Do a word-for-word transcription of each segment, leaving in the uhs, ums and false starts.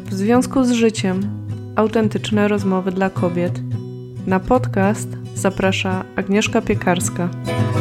W związku z życiem. Autentyczne rozmowy dla kobiet. Na podcast zaprasza Agnieszka Piekarska.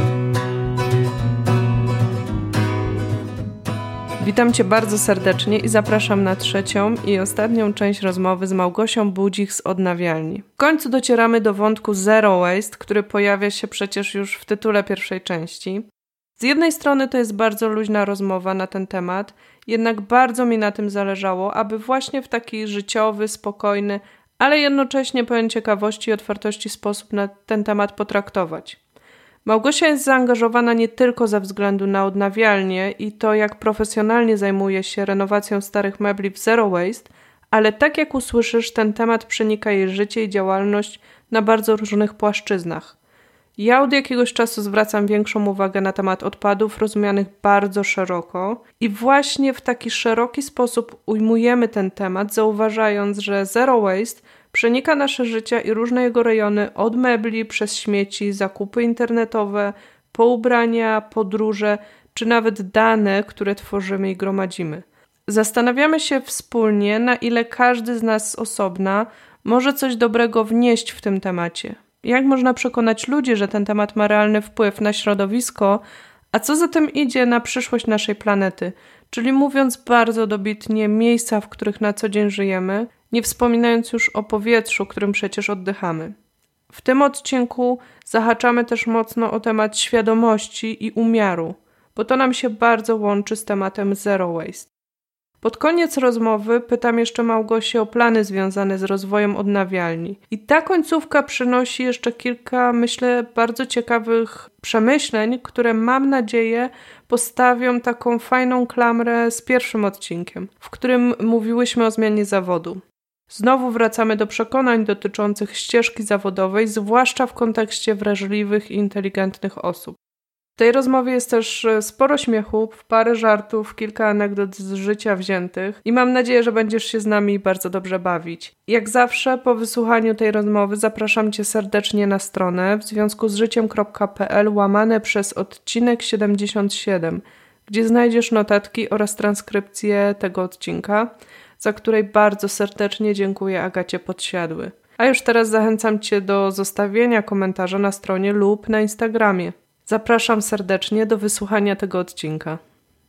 Witam Cię bardzo serdecznie i zapraszam na trzecią i ostatnią część rozmowy z Małgosią Budzik z Odnawialni. W końcu docieramy do wątku Zero Waste, który pojawia się przecież już w tytule pierwszej części. Z jednej strony to jest bardzo luźna rozmowa na ten temat, jednak bardzo mi na tym zależało, aby właśnie w taki życiowy, spokojny, ale jednocześnie pełen ciekawości i otwartości sposób na ten temat potraktować. Małgosia jest zaangażowana nie tylko ze względu na odnawialnie i to, jak profesjonalnie zajmuje się renowacją starych mebli w Zero Waste, ale tak jak usłyszysz, ten temat przenika jej życie i działalność na bardzo różnych płaszczyznach. Ja od jakiegoś czasu zwracam większą uwagę na temat odpadów rozumianych bardzo szeroko i właśnie w taki szeroki sposób ujmujemy ten temat, zauważając, że Zero Waste przenika nasze życie i różne jego rejony od mebli przez śmieci, zakupy internetowe, po ubrania, podróże, czy nawet dane, które tworzymy i gromadzimy. Zastanawiamy się wspólnie, na ile każdy z nas z osobna może coś dobrego wnieść w tym temacie. Jak można przekonać ludzi, że ten temat ma realny wpływ na środowisko, a co za tym idzie na przyszłość naszej planety, czyli mówiąc bardzo dobitnie miejsca, w których na co dzień żyjemy, nie wspominając już o powietrzu, którym przecież oddychamy. W tym odcinku zahaczamy też mocno o temat świadomości i umiaru, bo to nam się bardzo łączy z tematem Zero Waste. Pod koniec rozmowy pytam jeszcze Małgosię o plany związane z rozwojem odnawialni. I ta końcówka przynosi jeszcze kilka, myślę, bardzo ciekawych przemyśleń, które mam nadzieję postawią taką fajną klamrę z pierwszym odcinkiem, w którym mówiłyśmy o zmianie zawodu. Znowu wracamy do przekonań dotyczących ścieżki zawodowej, zwłaszcza w kontekście wrażliwych i inteligentnych osób. W tej rozmowie jest też sporo śmiechu, parę żartów, kilka anegdot z życia wziętych i mam nadzieję, że będziesz się z nami bardzo dobrze bawić. Jak zawsze po wysłuchaniu tej rozmowy zapraszam Cię serdecznie na stronę w związku z życiem kropka pe el łamane przez odcinek siedemdziesiąt siedem, gdzie znajdziesz notatki oraz transkrypcję tego odcinka, za której bardzo serdecznie dziękuję Agacie Podsiadły. A już teraz zachęcam Cię do zostawienia komentarza na stronie lub na Instagramie. Zapraszam serdecznie do wysłuchania tego odcinka.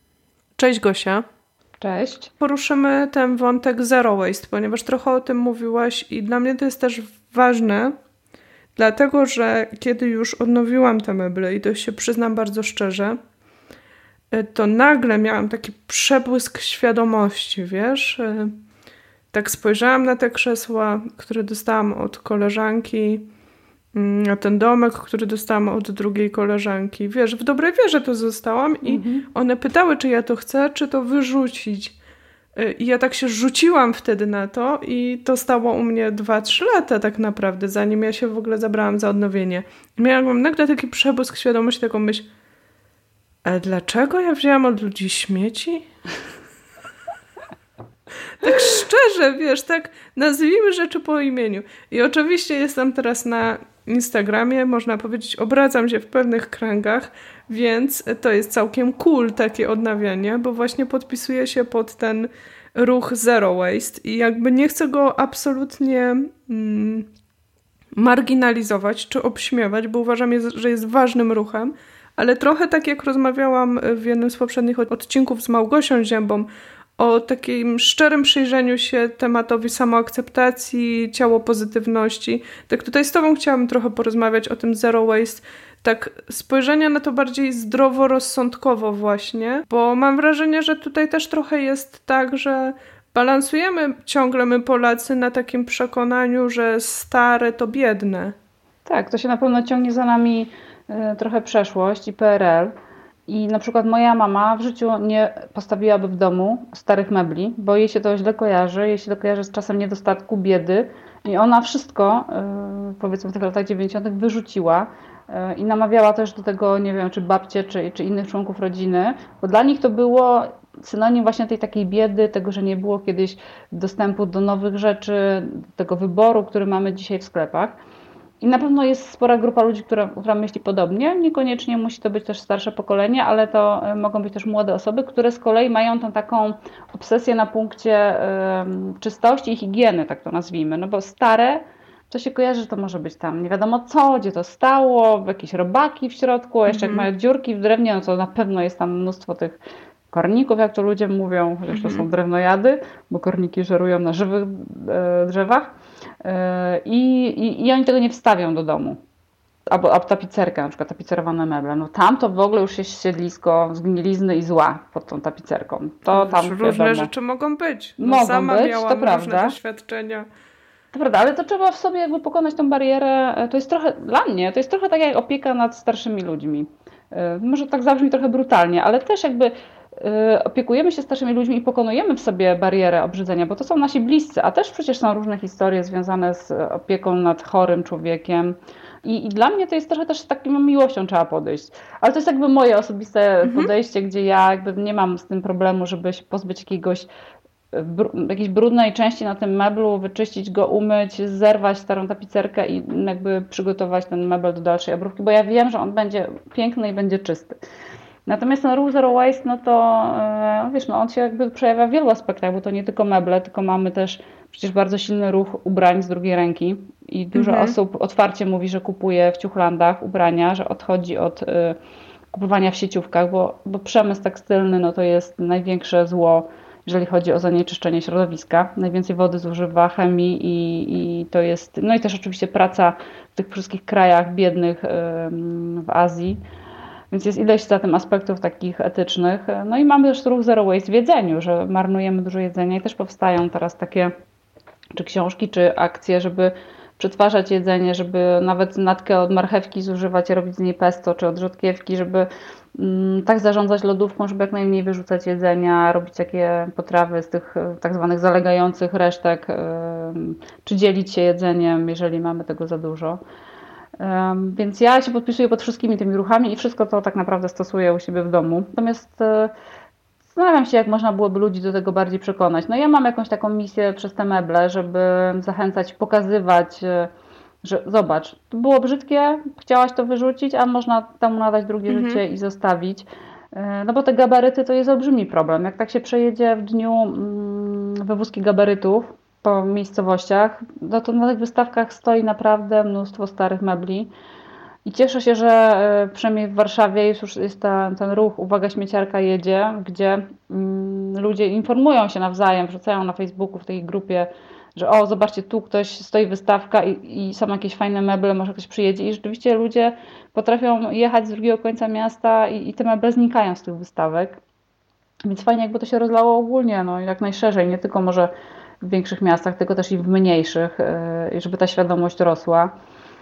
Cześć Gosia. Cześć. Poruszymy ten wątek Zero Waste, ponieważ trochę o tym mówiłaś i dla mnie to jest też ważne, dlatego że kiedy już odnowiłam te meble i to się przyznam bardzo szczerze, to nagle miałam taki przebłysk świadomości, wiesz? Tak spojrzałam na te krzesła, które dostałam od koleżanki, na ten domek, który dostałam od drugiej koleżanki. Wiesz, w dobrej wierze to zostałam i mhm. one pytały, czy ja to chcę, czy to wyrzucić. I ja tak się rzuciłam wtedy na to i to stało u mnie dwa trzy lata tak naprawdę, zanim ja się w ogóle zabrałam za odnowienie. I miałam nagle taki przebłysk świadomości, taką myśl, ale dlaczego ja wzięłam od ludzi śmieci? Tak szczerze, wiesz, tak nazwijmy rzeczy po imieniu. I oczywiście jestem teraz na Instagramie, można powiedzieć, obracam się w pewnych kręgach, więc to jest całkiem cool takie odnawianie, bo właśnie podpisuję się pod ten ruch Zero Waste i jakby nie chcę go absolutnie mm, marginalizować czy obśmiewać, bo uważam, że jest ważnym ruchem, ale trochę tak jak rozmawiałam w jednym z poprzednich odcinków z Małgosią Ziębą o takim szczerym przyjrzeniu się tematowi samoakceptacji, ciałopozytywności. Tak tutaj z Tobą chciałabym trochę porozmawiać o tym Zero Waste, tak spojrzenia na to bardziej zdroworozsądkowo właśnie, bo mam wrażenie, że tutaj też trochę jest tak, że balansujemy ciągle my Polacy na takim przekonaniu, że stare to biedne. Tak, to się na pewno ciągnie za nami y, trochę przeszłość i P R L. I na przykład moja mama w życiu nie postawiłaby w domu starych mebli, bo jej się to źle kojarzy, jej się to kojarzy z czasem niedostatku, biedy i ona wszystko, yy, powiedzmy w tych latach dziewięćdziesiątych wyrzuciła yy, i namawiała też do tego, nie wiem, czy babcie, czy, czy innych członków rodziny, bo dla nich to było synonim właśnie tej takiej biedy, tego, że nie było kiedyś dostępu do nowych rzeczy, tego wyboru, który mamy dzisiaj w sklepach. I na pewno jest spora grupa ludzi, która, która myśli podobnie. Niekoniecznie musi to być też starsze pokolenie, ale to mogą być też młode osoby, które z kolei mają tą taką obsesję na punkcie y, czystości i higieny, tak to nazwijmy. No bo stare to się kojarzy, że to może być tam nie wiadomo co, gdzie to stało, jakieś robaki w środku, a jeszcze jak mają dziurki w drewnie, no to na pewno jest tam mnóstwo tych korników, jak to ludzie mówią, chociaż to są drewnojady, bo korniki żerują na żywych e, drzewach e, i, i, i oni tego nie wstawią do domu. Albo, albo tapicerka, na przykład tapicerowane meble. No tam to w ogóle już jest siedlisko zgnilizny i zła pod tą tapicerką. To tam różne wiadomo. rzeczy mogą być. No, mogą sama być, miałam to różne prawda. doświadczenia. To prawda, ale to trzeba w sobie jakby pokonać tą barierę. To jest trochę, dla mnie, to jest trochę tak jak opieka nad starszymi ludźmi. Może tak zabrzmi trochę brutalnie, ale też jakby opiekujemy się starszymi ludźmi i pokonujemy w sobie barierę obrzydzenia, bo to są nasi bliscy, a też przecież są różne historie związane z opieką nad chorym człowiekiem. I, i dla mnie to jest trochę też z taką miłością trzeba podejść. Ale to jest jakby moje osobiste mhm. podejście, gdzie ja jakby nie mam z tym problemu, żeby się pozbyć jakiegoś jakiejś brudnej części na tym meblu, wyczyścić go, umyć, zerwać starą tapicerkę i jakby przygotować ten mebel do dalszej obróbki, bo ja wiem, że on będzie piękny i będzie czysty. Natomiast ten Rule Zero Waste, no to wiesz, no on się jakby przejawia w wielu aspektach, bo to nie tylko meble, tylko mamy też przecież bardzo silny ruch ubrań z drugiej ręki i dużo mhm. osób otwarcie mówi, że kupuje w ciuchlandach ubrania, że odchodzi od y, kupowania w sieciówkach, bo, bo przemysł tekstylny no to jest największe zło, jeżeli chodzi o zanieczyszczenie środowiska. Najwięcej wody zużywa, chemii i, i to jest, no i też oczywiście praca w tych wszystkich krajach biednych y, w Azji. Więc jest ileś za tym aspektów takich etycznych. No i mamy też ruch Zero Waste w jedzeniu, że marnujemy dużo jedzenia i też powstają teraz takie czy książki, czy akcje, żeby przetwarzać jedzenie, żeby nawet natkę od marchewki zużywać i robić z niej pesto, czy od rzodkiewki, żeby mm, tak zarządzać lodówką, żeby jak najmniej wyrzucać jedzenia, robić takie potrawy z tych tak zwanych zalegających resztek, yy, czy dzielić się jedzeniem, jeżeli mamy tego za dużo. Um, więc ja się podpisuję pod wszystkimi tymi ruchami i wszystko to tak naprawdę stosuję u siebie w domu. Natomiast e, zastanawiam się, jak można byłoby ludzi do tego bardziej przekonać. No ja mam jakąś taką misję przez te meble, żeby zachęcać, pokazywać, e, że zobacz, to było brzydkie, chciałaś to wyrzucić, a można temu nadać drugie mhm. życie i zostawić. E, no bo te gabaryty to jest olbrzymi problem. Jak tak się przejedzie w dniu mm, wywózki gabarytów po miejscowościach, no to na tych wystawkach stoi naprawdę mnóstwo starych mebli i cieszę się, że przynajmniej w Warszawie jest już jest ta, ten ruch Uwaga, śmieciarka jedzie, gdzie mm, ludzie informują się nawzajem, wrzucają na Facebooku w tej grupie, że o zobaczcie, tu ktoś stoi wystawka i, i są jakieś fajne meble, może ktoś przyjedzie i rzeczywiście ludzie potrafią jechać z drugiego końca miasta i, i te meble znikają z tych wystawek, więc fajnie jakby to się rozlało ogólnie, no jak najszerzej, nie tylko może w większych miastach, tylko też i w mniejszych, żeby ta świadomość rosła.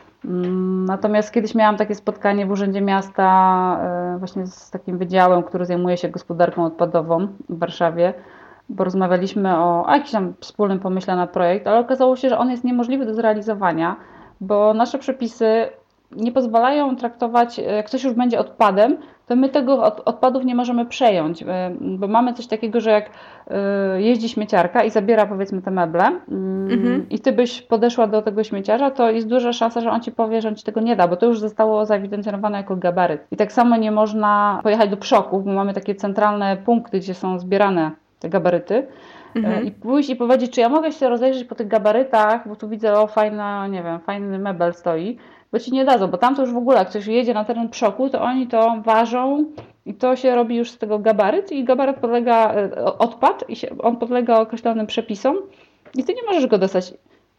Natomiast kiedyś miałam takie spotkanie w Urzędzie Miasta właśnie z takim wydziałem, który zajmuje się gospodarką odpadową w Warszawie, bo rozmawialiśmy o, o jakimś tam wspólnym pomyśle na projekt, ale okazało się, że on jest niemożliwy do zrealizowania, bo nasze przepisy nie pozwalają traktować, jak coś już będzie odpadem, to my tego odpadów nie możemy przejąć, bo mamy coś takiego, że jak jeździ śmieciarka i zabiera powiedzmy te meble mhm. i ty byś podeszła do tego śmieciarza, to jest duża szansa, że on ci powie, że on ci tego nie da, bo to już zostało zaewidencjonowane jako gabaryt. I tak samo nie można pojechać do przoków, bo mamy takie centralne punkty, gdzie są zbierane te gabaryty mhm. i pójść i powiedzieć, czy ja mogę się rozejrzeć po tych gabarytach, bo tu widzę, o fajna, nie wiem, fajny mebel stoi, bo ci nie dadzą, bo tam to już w ogóle, jak ktoś jedzie na teren przoku, to oni to ważą i to się robi już z tego gabaryt i gabaryt podlega, odpad i się, on podlega określonym przepisom i ty nie możesz go dostać.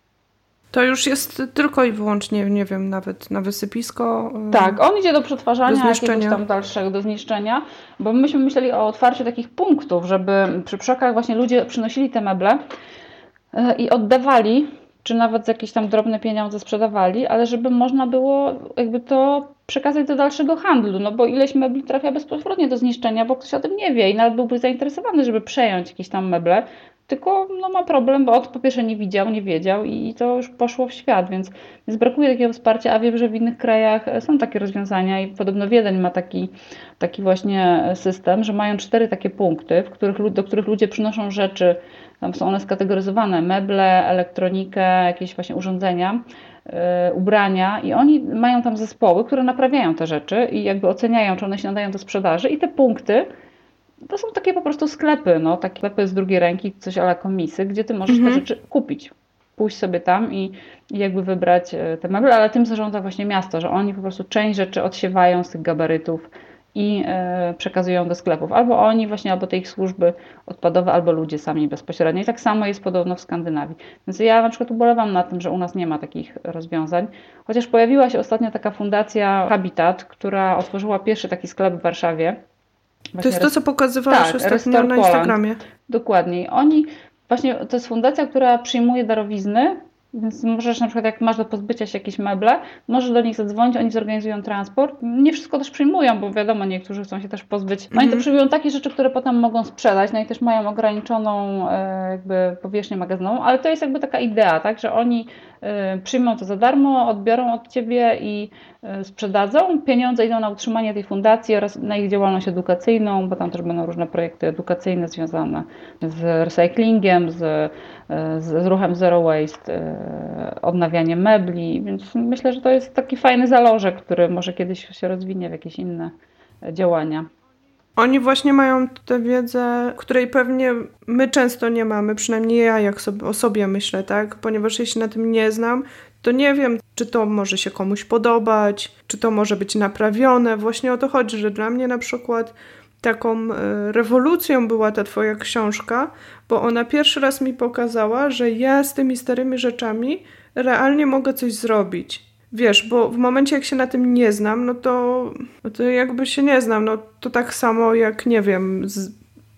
To już jest tylko i wyłącznie, nie wiem, nawet na wysypisko. Tak, on idzie do przetwarzania, do jakiegoś tam dalszego, do zniszczenia, bo myśmy myśleli o otwarciu takich punktów, żeby przy przokach właśnie ludzie przynosili te meble i oddawali, czy nawet za jakieś tam drobne pieniądze sprzedawali, ale żeby można było jakby to przekazać do dalszego handlu, no bo ileś mebli trafia bezpośrednio do zniszczenia, bo ktoś o tym nie wie i nawet byłby zainteresowany, żeby przejąć jakieś tam meble, tylko no, ma problem, bo on po pierwsze nie widział, nie wiedział i to już poszło w świat, więc, więc brakuje takiego wsparcia, a wiem, że w innych krajach są takie rozwiązania i podobno Wiedeń ma taki, taki właśnie system, że mają cztery takie punkty, w których, do których ludzie przynoszą rzeczy, tam są one skategoryzowane, meble, elektronikę, jakieś właśnie urządzenia, yy, ubrania i oni mają tam zespoły, które naprawiają te rzeczy i jakby oceniają, czy one się nadają do sprzedaży i te punkty to są takie po prostu sklepy, no, takie sklepy z drugiej ręki, coś a la komisy, gdzie ty możesz mhm. te rzeczy kupić. Pójść sobie tam i, i jakby wybrać te meble, ale tym zarządza właśnie miasto, że oni po prostu część rzeczy odsiewają z tych gabarytów i e, przekazują do sklepów. Albo oni właśnie, albo te ich służby odpadowe, albo ludzie sami bezpośrednio. I tak samo jest podobno w Skandynawii. Więc ja na przykład ubolewam na tym, że u nas nie ma takich rozwiązań. Chociaż pojawiła się ostatnio taka fundacja Habitat, która otworzyła pierwszy taki sklep w Warszawie. Właśnie to jest to, co pokazywałeś tak, ostatnio na Instagramie. Dokładnie. Oni, właśnie to jest fundacja, która przyjmuje darowizny, więc możesz na przykład jak masz do pozbycia się jakieś meble, możesz do nich zadzwonić, oni zorganizują transport. Nie wszystko też przyjmują, bo wiadomo, niektórzy chcą się też pozbyć. No i to przyjmują takie rzeczy, które potem mogą sprzedać, no i też mają ograniczoną jakby powierzchnię magazynową, ale to jest jakby taka idea, tak, że oni przyjmą to za darmo, odbiorą od ciebie i sprzedadzą. Pieniądze idą na utrzymanie tej fundacji oraz na ich działalność edukacyjną, bo tam też będą różne projekty edukacyjne związane z recyklingiem, z, z, z ruchem Zero Waste, odnawianiem mebli, więc myślę, że to jest taki fajny zalążek, który może kiedyś się rozwinie w jakieś inne działania. Oni właśnie mają tę wiedzę, której pewnie my często nie mamy, przynajmniej ja jak sobie, o sobie myślę, tak? Ponieważ ja się na tym nie znam, to nie wiem, czy to może się komuś podobać, czy to może być naprawione. Właśnie o to chodzi, że dla mnie na przykład taką rewolucją była ta twoja książka, bo ona pierwszy raz mi pokazała, że ja z tymi starymi rzeczami realnie mogę coś zrobić. Wiesz, bo w momencie jak się na tym nie znam, no to, no to jakby się nie znam, no to tak samo jak, nie wiem, z,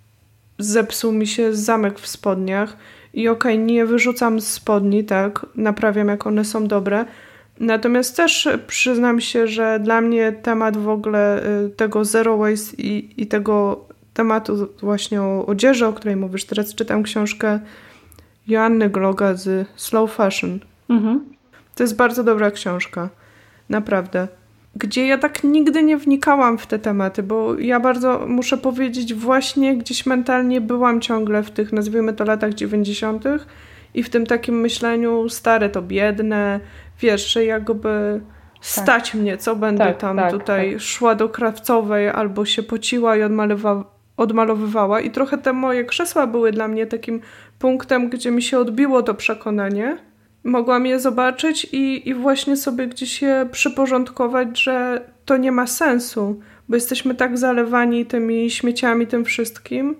zepsuł mi się zamek w spodniach i okej, okay, nie wyrzucam z spodni, tak, naprawiam jak one są dobre, natomiast też przyznam się, że dla mnie temat w ogóle tego zero waste i, i tego tematu właśnie o odzieży, o której mówisz, teraz czytam książkę Joanny Gloga z Slow Fashion. Mhm. To jest bardzo dobra książka, naprawdę. Gdzie ja tak nigdy nie wnikałam w te tematy, bo ja bardzo, muszę powiedzieć, właśnie gdzieś mentalnie byłam ciągle w tych, nazwijmy to, latach dziewięćdziesiątych i w tym takim myśleniu stare to biedne, wiesz, że jakby stać tak. mnie, co będę tak, tam tak, tutaj tak. szła do krawcowej albo się pociła i odmalowa- odmalowywała i trochę te moje krzesła były dla mnie takim punktem, gdzie mi się odbiło to przekonanie. Mogłam je zobaczyć i, i właśnie sobie gdzieś je przyporządkować, że to nie ma sensu, bo jesteśmy tak zalewani tymi śmieciami, tym wszystkim,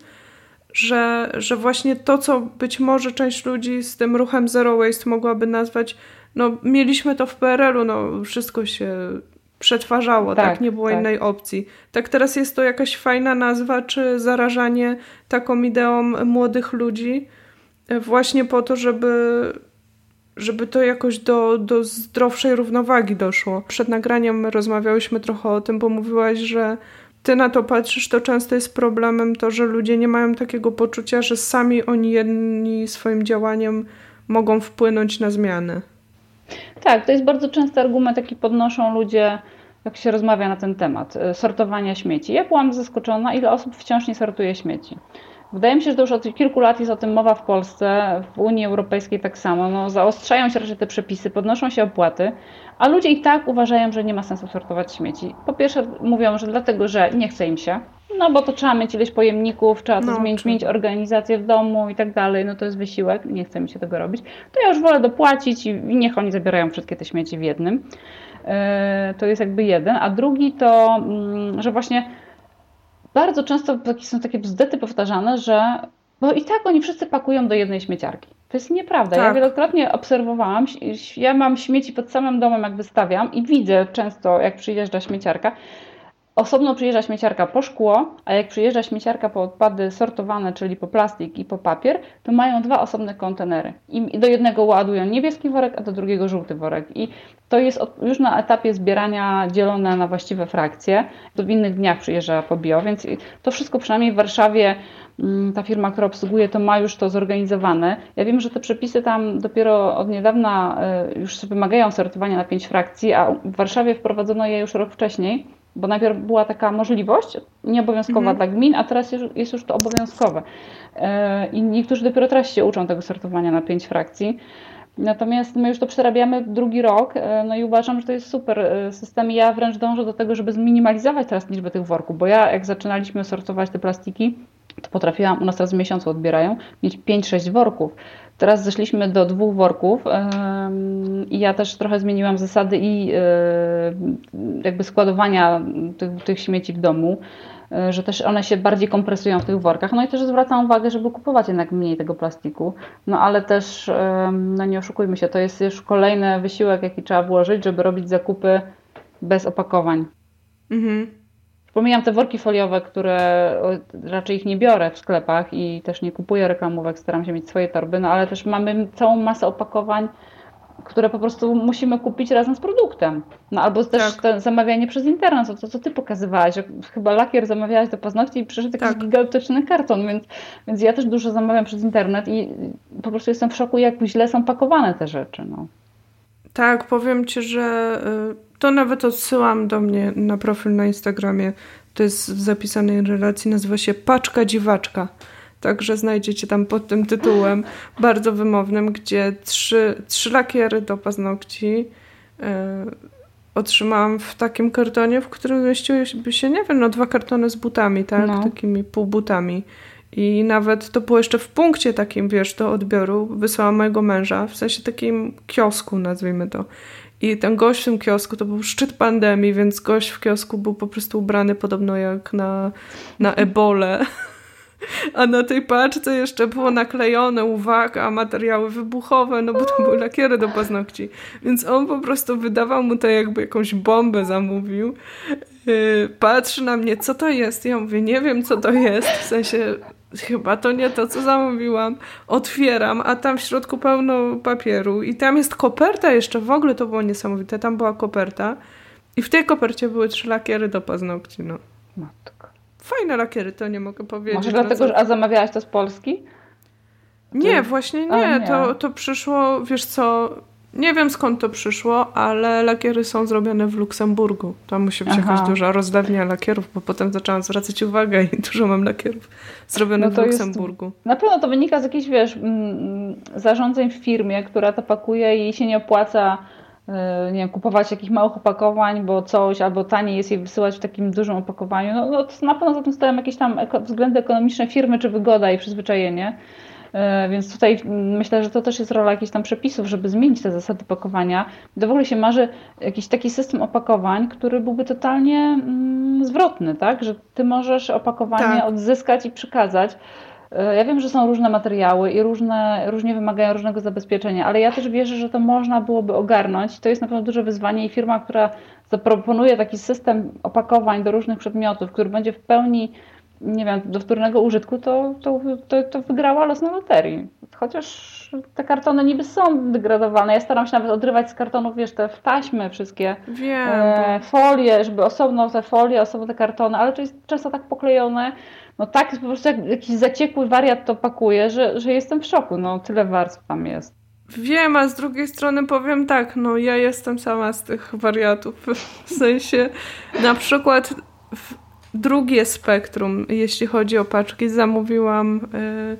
że, że właśnie to, co być może część ludzi z tym ruchem Zero Waste mogłaby nazwać, no mieliśmy to w P R L-u, no wszystko się przetwarzało, tak, tak? Nie było tak. innej opcji. Tak teraz jest to jakaś fajna nazwa, czy zarażanie taką ideą młodych ludzi właśnie po to, żeby żeby to jakoś do, do zdrowszej równowagi doszło. Przed nagraniem rozmawiałyśmy trochę o tym, bo mówiłaś, że ty na to patrzysz, to często jest problemem to, że ludzie nie mają takiego poczucia, że sami oni jedni swoim działaniem mogą wpłynąć na zmiany. Tak, to jest bardzo częsty argument, jaki podnoszą ludzie, jak się rozmawia na ten temat, sortowania śmieci. Ja byłam zaskoczona, ile osób wciąż nie sortuje śmieci. Wydaje mi się, że to już od kilku lat jest o tym mowa w Polsce, w Unii Europejskiej tak samo. No, zaostrzają się raczej te przepisy, podnoszą się opłaty, a ludzie i tak uważają, że nie ma sensu sortować śmieci. Po pierwsze mówią, że dlatego, że nie chce im się, no bo to trzeba mieć ileś pojemników, trzeba to no, zmienić, zmienić organizację w domu i tak dalej, no to jest wysiłek, nie chce mi się tego robić. To ja już wolę dopłacić i niech oni zabierają wszystkie te śmieci w jednym. Yy, to jest jakby jeden, a drugi to, yy, że właśnie bardzo często są takie bzdety powtarzane, że bo i tak oni wszyscy pakują do jednej śmieciarki. To jest nieprawda. Tak. Ja wielokrotnie obserwowałam, ja mam śmieci pod samym domem, jak wystawiam i widzę często, jak przyjeżdża śmieciarka, Osobno przyjeżdża śmieciarka po szkło, a jak przyjeżdża śmieciarka po odpady sortowane, czyli po plastik i po papier, to mają dwa osobne kontenery. I do jednego ładują niebieski worek, a do drugiego żółty worek. I to jest już na etapie zbierania dzielone na właściwe frakcje. To w innych dniach przyjeżdża po bio, więc to wszystko przynajmniej w Warszawie ta firma, która obsługuje, to ma już to zorganizowane. Ja wiem, że te przepisy tam dopiero od niedawna już wymagają sortowania na pięć frakcji, a w Warszawie wprowadzono je już rok wcześniej, bo najpierw była taka możliwość nieobowiązkowa mhm. dla gmin, a teraz jest już to obowiązkowe. I niektórzy dopiero teraz się uczą tego sortowania na pięć frakcji. Natomiast my już to przerabiamy drugi rok, no i uważam, że to jest super system i ja wręcz dążę do tego, żeby zminimalizować teraz liczbę tych worków, bo ja jak zaczynaliśmy sortować te plastiki, to potrafiłam, u nas teraz w miesiącu odbierają, mieć pięć sześć worków. Teraz zeszliśmy do dwóch worków i ja też trochę zmieniłam zasady i jakby składowania tych, tych śmieci w domu, że też one się bardziej kompresują w tych workach. No i też zwracam uwagę, żeby kupować jednak mniej tego plastiku. No ale też, no nie oszukujmy się, to jest już kolejny wysiłek, jaki trzeba włożyć, żeby robić zakupy bez opakowań. Mhm. Pomijam te worki foliowe, które raczej ich nie biorę w sklepach i też nie kupuję reklamówek, staram się mieć swoje torby, no ale też mamy całą masę opakowań, które po prostu musimy kupić razem z produktem. No albo też tak. te zamawianie przez internet, to co ty pokazywałaś, że chyba lakier zamawiałaś do paznokci i przyszedł jakiś tak. gigantyczny karton, więc, więc ja też dużo zamawiam przez internet i po prostu jestem w szoku, jak źle są pakowane te rzeczy. No. Tak, powiem ci, że to nawet odsyłam do mnie na profil na Instagramie. To jest w zapisanej relacji, nazywa się Paczka Dziwaczka. Także znajdziecie tam pod tym tytułem bardzo wymownym, gdzie trzy, trzy lakiery do paznokci yy, otrzymałam w takim kartonie, w którym mieściłyby się, nie wiem, no dwa kartony z butami, tak? No. Takimi półbutami. I nawet to było jeszcze w punkcie takim, wiesz, do odbioru. Wysłałam mojego męża, w sensie takim kiosku, nazwijmy to. I ten gość w tym kiosku, to był szczyt pandemii, więc gość w kiosku był po prostu ubrany podobno jak na, na ebolę. A na tej paczce jeszcze było naklejone, uwaga, materiały wybuchowe, no bo to były lakiery do paznokci. Więc on po prostu wydawał mu to, jakby jakąś bombę zamówił. Yy, patrzy na mnie, co to jest? Ja mówię, nie wiem, co to jest. W sensie, chyba to nie to, co zamówiłam. Otwieram, a tam w środku pełno papieru. I tam jest koperta jeszcze, w ogóle to było niesamowite. Tam była koperta i w tej kopercie były trzy lakiery do paznokci, no. Matko. Fajne lakiery, to nie mogę powiedzieć. Może dlatego, że a zamawiałaś to z Polski? Nie, Ty... właśnie nie. A, nie. To, to przyszło, wiesz co, nie wiem skąd to przyszło, ale lakiery są zrobione w Luksemburgu. Tam musi być Aha. jakaś duża rozdawnia lakierów, bo potem zaczęłam zwracać uwagę i dużo mam lakierów zrobionych no w Luksemburgu. Jest... Na pewno to wynika z jakichś, wiesz, zarządzeń w firmie, która to pakuje i jej się nie opłaca nie wiem, kupować jakichś małych opakowań, bo coś, albo taniej jest je wysyłać w takim dużym opakowaniu. No, no to na pewno za tym stoją jakieś tam eko- względy ekonomiczne firmy, czy wygoda i przyzwyczajenie. Yy, więc tutaj myślę, że to też jest rola jakichś tam przepisów, żeby zmienić te zasady pakowania. To w ogóle się marzy jakiś taki system opakowań, który byłby totalnie mm, zwrotny, tak? Że ty możesz opakowanie tak. odzyskać i przekazać. Ja wiem, że są różne materiały i różne, różnie wymagają różnego zabezpieczenia, ale ja też wierzę, że to można byłoby ogarnąć. To jest na pewno duże wyzwanie i firma, która zaproponuje taki system opakowań do różnych przedmiotów, który będzie w pełni, nie wiem, do wtórnego użytku, to, to, to, to wygrała los na loterii. Chociaż te kartony niby są degradowane. Ja staram się nawet odrywać z kartonów, wiesz, te taśmy wszystkie, wiem, e, folie, żeby osobno te folie, osobno te kartony, ale to jest często tak poklejone, no tak, po prostu jak jakiś zaciekły wariat to pakuje, że, że jestem w szoku. No tyle warstw tam jest. Wiem, a z drugiej strony powiem tak, no ja jestem sama z tych wariatów. W sensie na przykład w drugie spektrum, jeśli chodzi o paczki, zamówiłam y,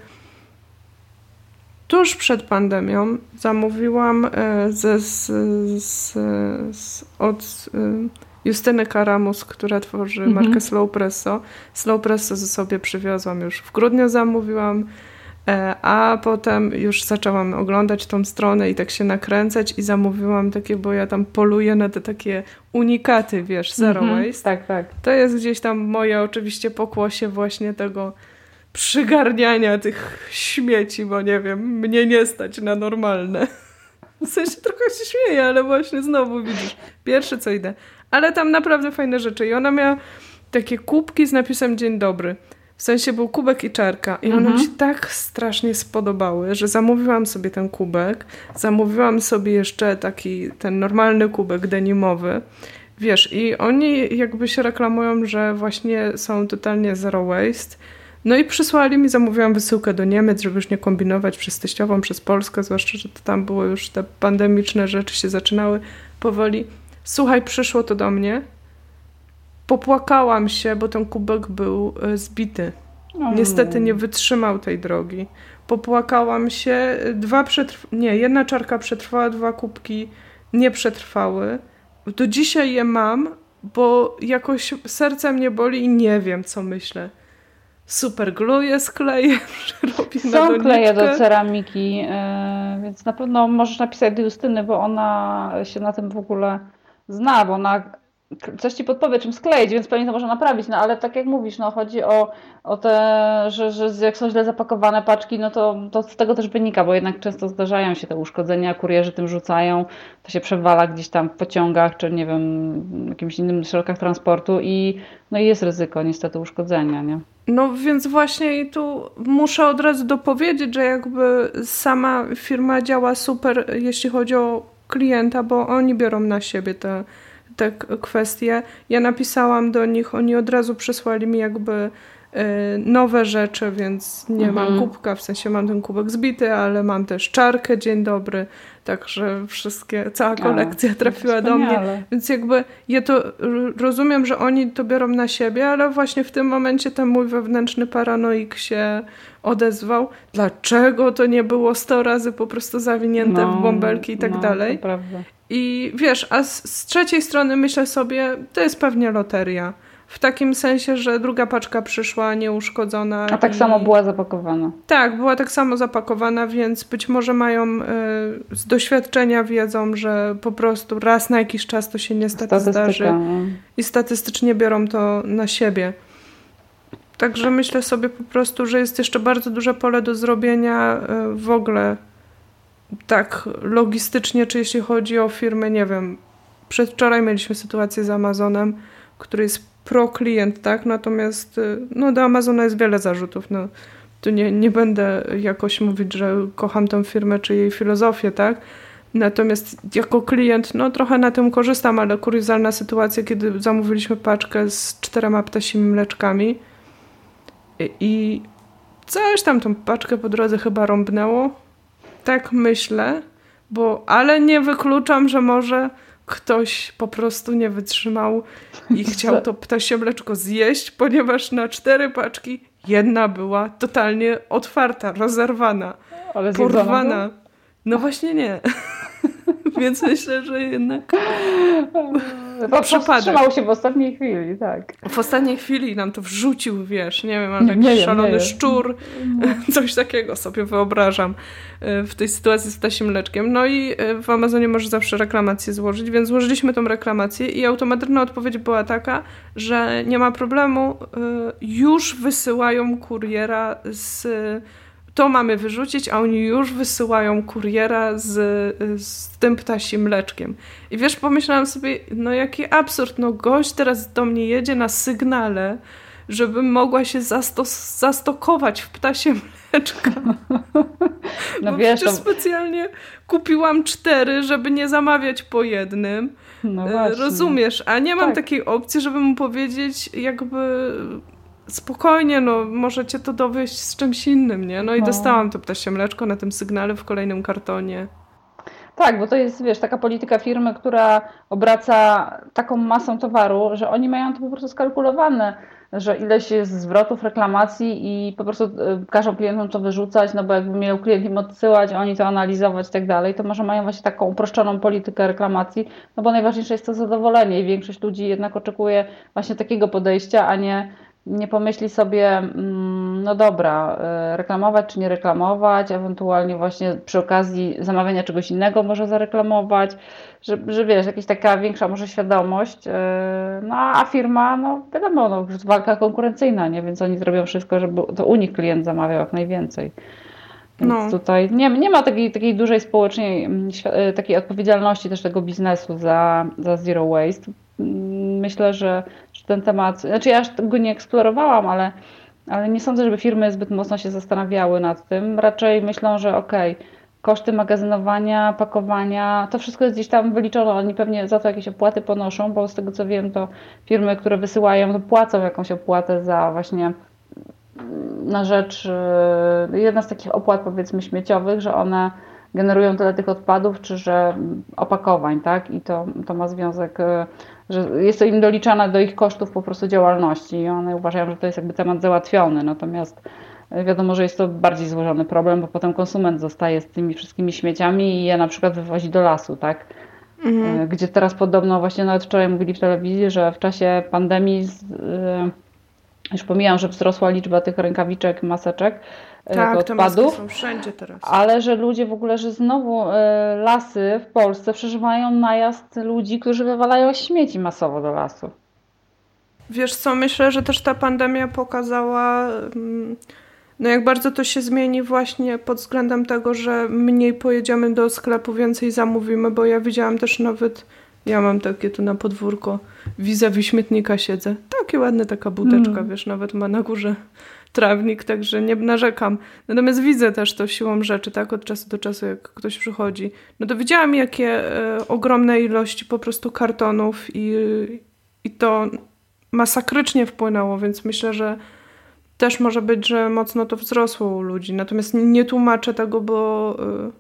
tuż przed pandemią, zamówiłam y, ze, z, z, z, od y, Justyny Karamus, która tworzy mhm. markę Slow Presso. Slow Presso ze sobie przywiozłam już w grudniu, zamówiłam, a potem już zaczęłam oglądać tą stronę i tak się nakręcać i zamówiłam takie, bo ja tam poluję na te takie unikaty, wiesz, zero mhm. waste. Tak, tak. To jest gdzieś tam moje oczywiście pokłosie właśnie tego przygarniania tych śmieci, bo nie wiem, mnie nie stać na normalne. W sensie trochę się śmieję, ale właśnie znowu widzisz, pierwsze co idę, ale tam naprawdę fajne rzeczy. I ona miała takie kubki z napisem dzień dobry. W sensie był kubek i czarka. I one Mhm. mi się tak strasznie spodobały, że zamówiłam sobie ten kubek. Zamówiłam sobie jeszcze taki ten normalny kubek denimowy. Wiesz, i oni jakby się reklamują, że właśnie są totalnie zero waste. No i przysłali mi, zamówiłam wysyłkę do Niemiec, żeby już nie kombinować przez teściową, przez Polskę, zwłaszcza, że to tam było już te pandemiczne rzeczy się zaczynały powoli. Słuchaj, przyszło to do mnie. Popłakałam się, bo ten kubek był y, zbity. Mm. Niestety nie wytrzymał tej drogi. Popłakałam się. Dwa przetrw... Nie, jedna czarka przetrwała, dwa kubki nie przetrwały. Do dzisiaj je mam, bo jakoś serce mnie boli i nie wiem, co myślę. Super gluję, skleję, robię na Są doniczkę. kleje do ceramiki, yy, więc na pewno możesz napisać do Justyny, bo ona się na tym w ogóle zna, bo ona coś ci podpowie, czym skleić, więc pewnie to można naprawić, no ale tak jak mówisz, no chodzi o, o te, że, że jak są źle zapakowane paczki, no to, to z tego też wynika, bo jednak często zdarzają się te uszkodzenia, kurierzy tym rzucają, to się przewala gdzieś tam w pociągach, czy nie wiem, jakimś innym środkach transportu i no i jest ryzyko niestety uszkodzenia, nie? No więc właśnie i tu muszę od razu dopowiedzieć, że jakby sama firma działa super, jeśli chodzi o klienta, bo oni biorą na siebie te, te kwestie. Ja napisałam do nich, oni od razu przysłali mi jakby y, nowe rzeczy, więc nie Mhm. mam kubka, w sensie mam ten kubek zbity, ale mam też czarkę, dzień dobry, także wszystkie, cała kolekcja A, trafiła do mnie. wspaniale. Więc jakby ja to r- rozumiem, że oni to biorą na siebie, ale właśnie w tym momencie ten mój wewnętrzny paranoik się odezwał. Dlaczego to nie było sto razy po prostu zawinięte w bąbelki i tak no, dalej? To prawda. I wiesz, a z, z trzeciej strony myślę sobie, to jest pewnie loteria. W takim sensie, że druga paczka przyszła nieuszkodzona. A tak i... samo była zapakowana. Tak, była tak samo zapakowana, więc być może mają y, z doświadczenia wiedzą, że po prostu raz na jakiś czas to się niestety Statystyka. zdarzy No. i statystycznie biorą to na siebie. Także myślę sobie po prostu, że jest jeszcze bardzo duże pole do zrobienia y, w ogóle tak logistycznie, czy jeśli chodzi o firmy, nie wiem, przedwczoraj mieliśmy sytuację z Amazonem, który jest pro-klient, tak? Natomiast y, no, do Amazona jest wiele zarzutów. No, tu nie, nie będę jakoś mówić, że kocham tę firmę czy jej filozofię, tak? Natomiast jako klient, no trochę na tym korzystam, ale kuriozalna sytuacja, kiedy zamówiliśmy paczkę z czterema ptasimi mleczkami i, i coś tam tą paczkę po drodze chyba rąbnęło. Tak myślę, bo ale nie wykluczam, że może ktoś po prostu nie wytrzymał i chciał to ptasie mleczko zjeść, ponieważ na cztery paczki jedna była totalnie otwarta, rozerwana, Ale zjedzona porwana. była? No właśnie nie. Więc myślę, że jednak Bo przypadek. wstrzymał się w ostatniej chwili, tak. W ostatniej chwili nam to wrzucił, wiesz, nie wiem, ale Nie, jakiś nie wiem, szalony nie wiem. szczur, coś takiego sobie wyobrażam w tej sytuacji z ptasim mleczkiem. No i w Amazonie możesz zawsze reklamację złożyć, więc złożyliśmy tą reklamację i automatyczna odpowiedź była taka, że nie ma problemu, już wysyłają kuriera z... To mamy wyrzucić, a oni już wysyłają kuriera z, z tym ptasim mleczkiem. I wiesz, pomyślałam sobie, no jaki absurd, no gość teraz do mnie jedzie na sygnale, żebym mogła się zastos- zastokować w ptasie mleczko. No Bo wiesz, przecież to... specjalnie kupiłam cztery, żeby nie zamawiać po jednym. No właśnie. Rozumiesz, a nie mam Tak. takiej opcji, żeby mu powiedzieć jakby... Spokojnie, no możecie to dowieść z czymś innym, nie? No i No. dostałam to ptasie mleczko na tym sygnale w kolejnym kartonie. Tak, bo to jest, wiesz, taka polityka firmy, która obraca taką masą towaru, że oni mają to po prostu skalkulowane, że ileś jest zwrotów, reklamacji i po prostu y, każą klientom to wyrzucać, no bo jakby miał klient im odsyłać, oni to analizować i tak dalej, to może mają właśnie taką uproszczoną politykę reklamacji, no bo najważniejsze jest to zadowolenie i większość ludzi jednak oczekuje właśnie takiego podejścia, a nie nie pomyśli sobie, no dobra, reklamować czy nie reklamować, ewentualnie właśnie przy okazji zamawiania czegoś innego może zareklamować, że, że wiesz, jakaś taka większa może świadomość, no a firma, no wiadomo, no, walka konkurencyjna, nie? Więc oni zrobią wszystko, żeby to u nich klient zamawiał jak najwięcej. Więc No. tutaj nie, nie ma takiej, takiej dużej społecznej, takiej odpowiedzialności też tego biznesu za, za zero waste. myślę, że, że ten temat, znaczy ja aż go nie eksplorowałam, ale, ale nie sądzę, żeby firmy zbyt mocno się zastanawiały nad tym. Raczej myślą, że okej, okay, koszty magazynowania, pakowania, to wszystko jest gdzieś tam wyliczone, oni pewnie za to jakieś opłaty ponoszą, bo z tego co wiem, to firmy, które wysyłają, to płacą jakąś opłatę za właśnie na rzecz, jedna z takich opłat powiedzmy śmieciowych, że one generują tyle tych odpadów, czy że opakowań, tak? I to, to ma związek, że jest to im doliczane do ich kosztów po prostu działalności i one uważają, że to jest jakby temat załatwiony, natomiast wiadomo, że jest to bardziej złożony problem, bo potem konsument zostaje z tymi wszystkimi śmieciami i je na przykład wywozi do lasu, tak? Mhm. Gdzie teraz podobno, właśnie nawet wczoraj mówili w telewizji, że w czasie pandemii, już pomijam, że wzrosła liczba tych rękawiczek, maseczek, tak, odpadów, te maski są wszędzie teraz. Ale że ludzie w ogóle, że znowu lasy w Polsce przeżywają najazd ludzi, którzy wywalają śmieci masowo do lasu. Wiesz co, myślę, że też ta pandemia pokazała, no jak bardzo to się zmieni właśnie pod względem tego, że mniej pojedziemy do sklepu, więcej zamówimy, bo ja widziałam też nawet, ja mam takie tu na podwórko, vis-a-vis śmietnika siedzę, takie ładne, taka buteczka, mm. wiesz, nawet ma na górze trawnik, także nie narzekam. Natomiast widzę też to siłą rzeczy, tak, od czasu do czasu, jak ktoś przychodzi. No to widziałam, jakie e, ogromne ilości po prostu kartonów i, i to masakrycznie wpłynęło, więc myślę, że też może być, że mocno to wzrosło u ludzi. Natomiast nie, nie tłumaczę tego, bo, e,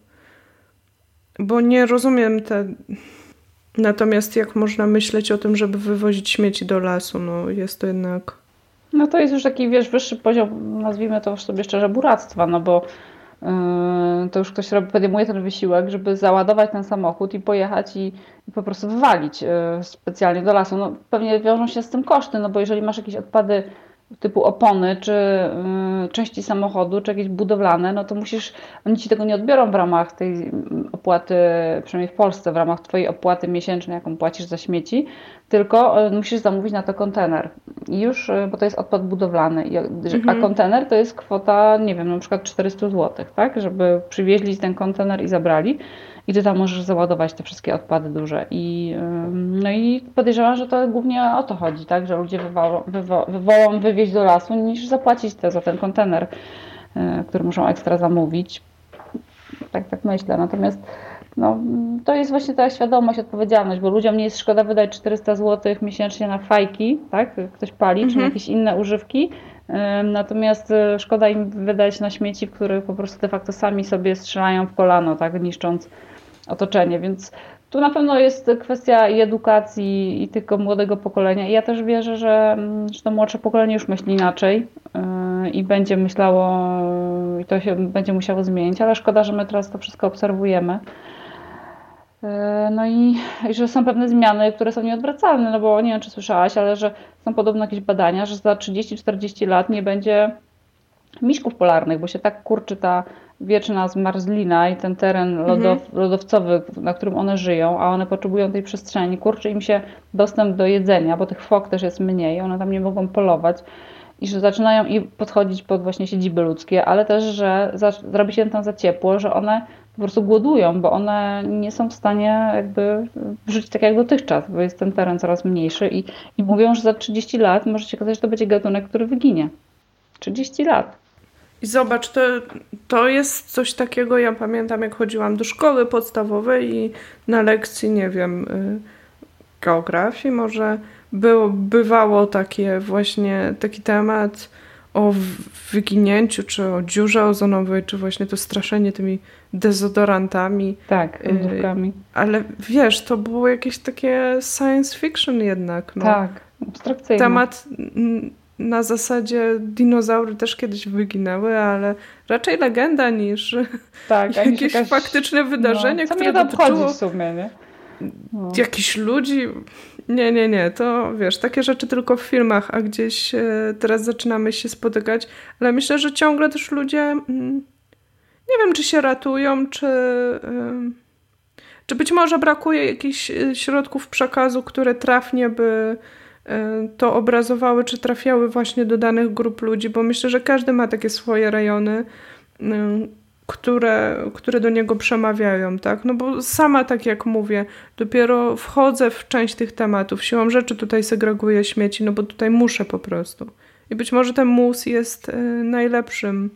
bo nie rozumiem te... Natomiast jak można myśleć o tym, żeby wywozić śmieci do lasu, no jest to jednak... No to jest już taki, wiesz, wyższy poziom, nazwijmy to już sobie szczerze, buractwa, no bo yy, to już ktoś robi, podejmuje ten wysiłek, żeby załadować ten samochód i pojechać i, i po prostu wywalić yy, specjalnie do lasu. No pewnie wiążą się z tym koszty, no bo jeżeli masz jakieś odpady typu opony, czy y, części samochodu, czy jakieś budowlane, no to musisz, oni ci tego nie odbiorą w ramach tej opłaty, przynajmniej w Polsce, w ramach twojej opłaty miesięcznej, jaką płacisz za śmieci, tylko y, musisz zamówić na to kontener. I już, y, bo to jest odpad budowlany, I, mhm. a kontener to jest kwota, nie wiem, na przykład czterysta złotych, tak, żeby przywieźli ten kontener i zabrali. I ty tam możesz załadować te wszystkie odpady duże. I, no i podejrzewam, że to głównie o to chodzi, tak? Że ludzie wywołą, wywo, wywołą wywieźć do lasu, niż zapłacić te, za ten kontener, który muszą ekstra zamówić. Tak, tak myślę. Natomiast no, to jest właśnie ta świadomość, odpowiedzialność, bo ludziom nie jest szkoda wydać czterysta złotych miesięcznie na fajki, tak? Ktoś pali, mhm. czy na jakieś inne używki. Natomiast szkoda im wydać na śmieci, w których po prostu de facto sami sobie strzelają w kolano, tak, niszcząc otoczenie, więc tu na pewno jest kwestia i edukacji i tego młodego pokolenia. I ja też wierzę, że, że to młodsze pokolenie już myśli inaczej yy, i będzie myślało i to się będzie musiało zmienić, ale szkoda, że my teraz to wszystko obserwujemy. Yy, no i, i że są pewne zmiany, które są nieodwracalne, no bo nie wiem, czy słyszałaś, ale że są podobno jakieś badania, że za trzydzieści czterdzieści lat nie będzie miszków polarnych, bo się tak kurczy ta wieczna zmarzlina i ten teren lodow, mhm. lodowcowy, na którym one żyją, a one potrzebują tej przestrzeni, kurczy im się dostęp do jedzenia, bo tych fok też jest mniej, one tam nie mogą polować i że zaczynają i podchodzić pod właśnie siedziby ludzkie, ale też, że zrobi się tam za ciepło, że one po prostu głodują, bo one nie są w stanie jakby żyć tak jak dotychczas, bo jest ten teren coraz mniejszy i, i mówią, że za trzydzieści lat może się okazać, że to będzie gatunek, który wyginie. trzydzieści lat. I zobacz, to, to jest coś takiego, ja pamiętam jak chodziłam do szkoły podstawowej i na lekcji, nie wiem, geografii może było, bywało takie właśnie taki temat o wyginięciu, czy o dziurze ozonowej, czy właśnie to straszenie tymi dezodorantami. Tak, lodówkami. Ale wiesz, to było jakieś takie science fiction jednak. No. Tak, abstrakcyjne. Temat na zasadzie dinozaury też kiedyś wyginęły, ale raczej legenda niż tak, jakieś jakaś, faktyczne wydarzenie, no, co które mnie dotyczyło w sumie, nie? No. jakichś ludzi. Nie, nie, nie. To wiesz, takie rzeczy tylko w filmach, a gdzieś e, teraz zaczynamy się spotykać, ale myślę, że ciągle też ludzie mm, nie wiem, czy się ratują, czy y, czy być może brakuje jakichś środków przekazu, które trafnie by to obrazowały, czy trafiały właśnie do danych grup ludzi, bo myślę, że każdy ma takie swoje rejony, które, które do niego przemawiają, tak? No bo sama, tak jak mówię, dopiero wchodzę w część tych tematów. Siłą rzeczy tutaj segreguję śmieci, no bo tutaj muszę po prostu. I być może ten mus jest y, najlepszym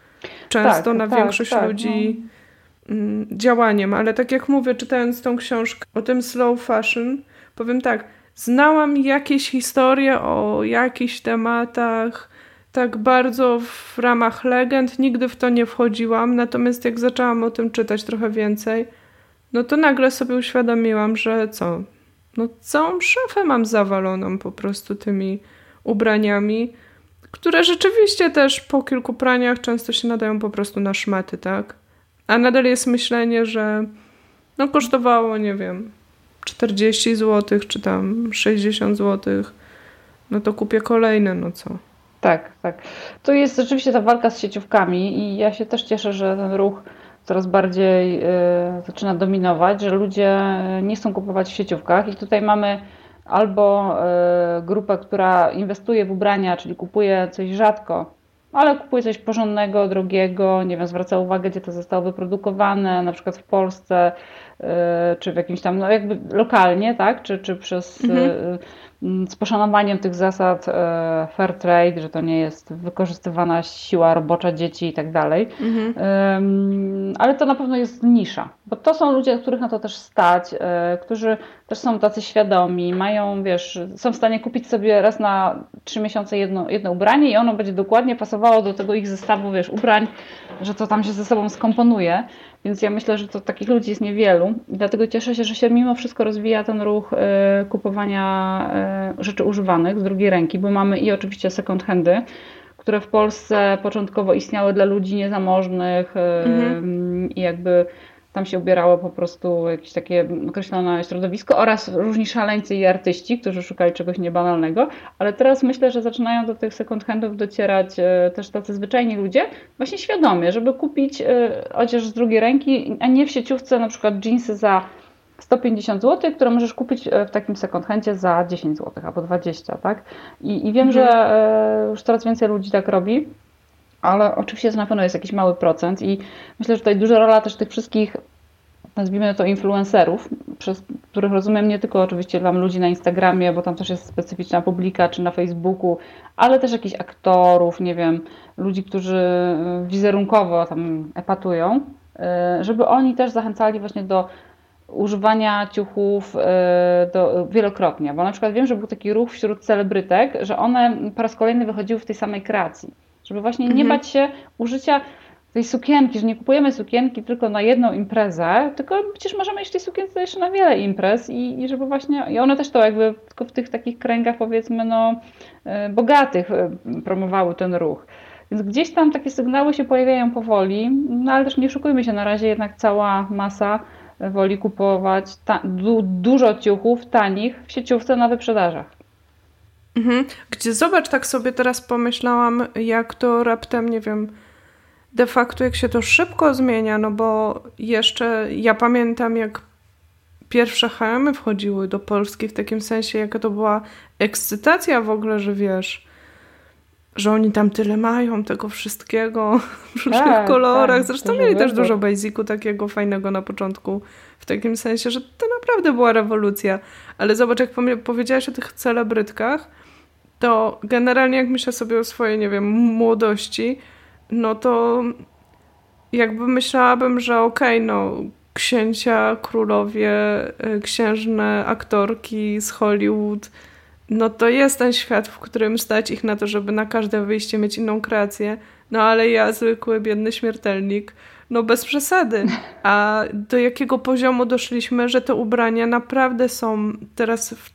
często tak, na tak, większość tak, ludzi no. y, działaniem. Ale tak jak mówię, czytając tą książkę o tym slow fashion, powiem tak, znałam jakieś historie o jakichś tematach, tak bardzo w ramach legend, nigdy w to nie wchodziłam, natomiast jak zaczęłam o tym czytać trochę więcej, no to nagle sobie uświadomiłam, że co? No całą szafę mam zawaloną po prostu tymi ubraniami, które rzeczywiście też po kilku praniach często się nadają po prostu na szmaty, tak? A nadal jest myślenie, że no kosztowało, nie wiem, czterdzieści złotych czy tam sześćdziesiąt złotych, no to kupię kolejne, no co? Tak, tak. To jest rzeczywiście ta walka z sieciówkami i ja się też cieszę, że ten ruch coraz bardziej y, zaczyna dominować, że ludzie nie chcą kupować w sieciówkach i tutaj mamy albo y, grupę, która inwestuje w ubrania, czyli kupuje coś rzadko, ale kupuje coś porządnego, drogiego, nie wiem, zwraca uwagę, gdzie to zostało wyprodukowane, na przykład w Polsce, y, czy w jakimś tam, no jakby lokalnie, tak, czy, czy przez... Mhm. Y, z poszanowaniem tych zasad e, fair trade, że to nie jest wykorzystywana siła robocza dzieci i tak dalej. Mhm. Um, ale to na pewno jest nisza, bo to są ludzie, których na to też stać, e, którzy też są tacy świadomi, mają, wiesz, są w stanie kupić sobie raz na trzy miesiące jedno, jedno ubranie i ono będzie dokładnie pasowało do tego ich zestawu, wiesz, ubrań, że to tam się ze sobą skomponuje. Więc ja myślę, że to takich ludzi jest niewielu. I dlatego cieszę się, że się mimo wszystko rozwija ten ruch y, kupowania y, rzeczy używanych z drugiej ręki, bo mamy i oczywiście second handy, które w Polsce początkowo istniały dla ludzi niezamożnych y, mhm. i jakby tam się ubierało po prostu jakieś takie określone środowisko oraz różni szaleńcy i artyści, którzy szukali czegoś niebanalnego, ale teraz myślę, że zaczynają do tych second handów docierać też tacy zwyczajni ludzie, właśnie świadomie, żeby kupić odzież z drugiej ręki, a nie w sieciówce na przykład dżinsy za sto pięćdziesiąt złotych, które możesz kupić w takim second handzie za dziesięć złotych albo dwadzieścia, tak? I, i wiem, mhm. że już coraz więcej ludzi tak robi. Ale oczywiście to na pewno jest jakiś mały procent i myślę, że tutaj duża rola też tych wszystkich, nazwijmy to influencerów, przez których rozumiem nie tylko oczywiście dla ludzi na Instagramie, bo tam też jest specyficzna publika, czy na Facebooku, ale też jakichś aktorów, nie wiem, ludzi, którzy wizerunkowo tam epatują, żeby oni też zachęcali właśnie do używania ciuchów do, wielokrotnie, bo na przykład wiem, że był taki ruch wśród celebrytek, że one po raz kolejny wychodziły w tej samej kreacji. Żeby właśnie nie bać się użycia tej sukienki, że nie kupujemy sukienki tylko na jedną imprezę, tylko przecież możemy iść tej sukience jeszcze na wiele imprez i, i żeby właśnie, i one też to jakby tylko w tych takich kręgach powiedzmy no bogatych promowały ten ruch. Więc gdzieś tam takie sygnały się pojawiają powoli, no ale też nie oszukujmy się, na razie jednak cała masa woli kupować ta, du, dużo ciuchów tanich w sieciówce na wyprzedażach. Mhm. Gdzie zobacz, tak sobie teraz pomyślałam, jak to raptem, nie wiem, de facto jak się to szybko zmienia, no bo jeszcze ja pamiętam, jak pierwsze H and M wchodziły do Polski, w takim sensie, jaka to była ekscytacja w ogóle, że wiesz, że oni tam tyle mają tego wszystkiego w różnych tak, kolorach. Tak, zresztą mieli też dużo basicu takiego fajnego na początku, w takim sensie, że to naprawdę była rewolucja. Ale zobacz, jak powiedziałaś o tych celebrytkach, to generalnie jak myślę sobie o swojej, nie wiem, młodości, no to jakby myślałabym, że okej, okay, no księcia, królowie, księżne, aktorki z Hollywood, no to jest ten świat, w którym stać ich na to, żeby na każde wyjście mieć inną kreację, no ale ja, zwykły, biedny śmiertelnik, no bez przesady. A do jakiego poziomu doszliśmy, że te ubrania naprawdę są teraz w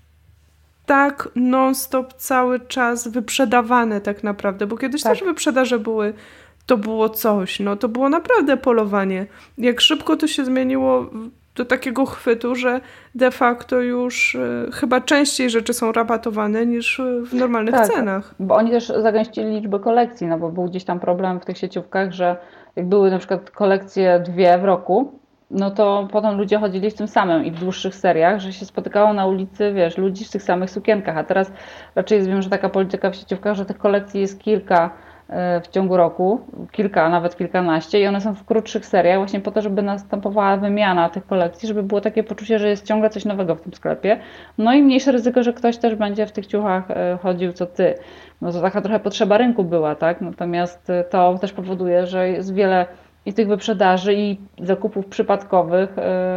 tak non-stop cały czas wyprzedawane tak naprawdę, bo kiedyś tak. też wyprzedaże były, to było coś, no to było naprawdę polowanie. Jak szybko to się zmieniło do takiego chwytu, że de facto już y, chyba częściej rzeczy są rabatowane niż w normalnych tak, cenach. Bo oni też zagęścili liczbę kolekcji, no bo był gdzieś tam problem w tych sieciówkach, że jak były na przykład kolekcje dwie w roku, no to potem ludzie chodzili w tym samym i w dłuższych seriach, że się spotykało na ulicy, wiesz, ludzi w tych samych sukienkach, a teraz raczej wiem, że taka polityka w sieciówkach, że tych kolekcji jest kilka w ciągu roku, kilka, a nawet kilkanaście i one są w krótszych seriach właśnie po to, żeby następowała wymiana tych kolekcji, żeby było takie poczucie, że jest ciągle coś nowego w tym sklepie. No i mniejsze ryzyko, że ktoś też będzie w tych ciuchach chodził co ty. No to taka trochę potrzeba rynku była, tak? Natomiast to też powoduje, że jest wiele i tych wyprzedaży i zakupów przypadkowych.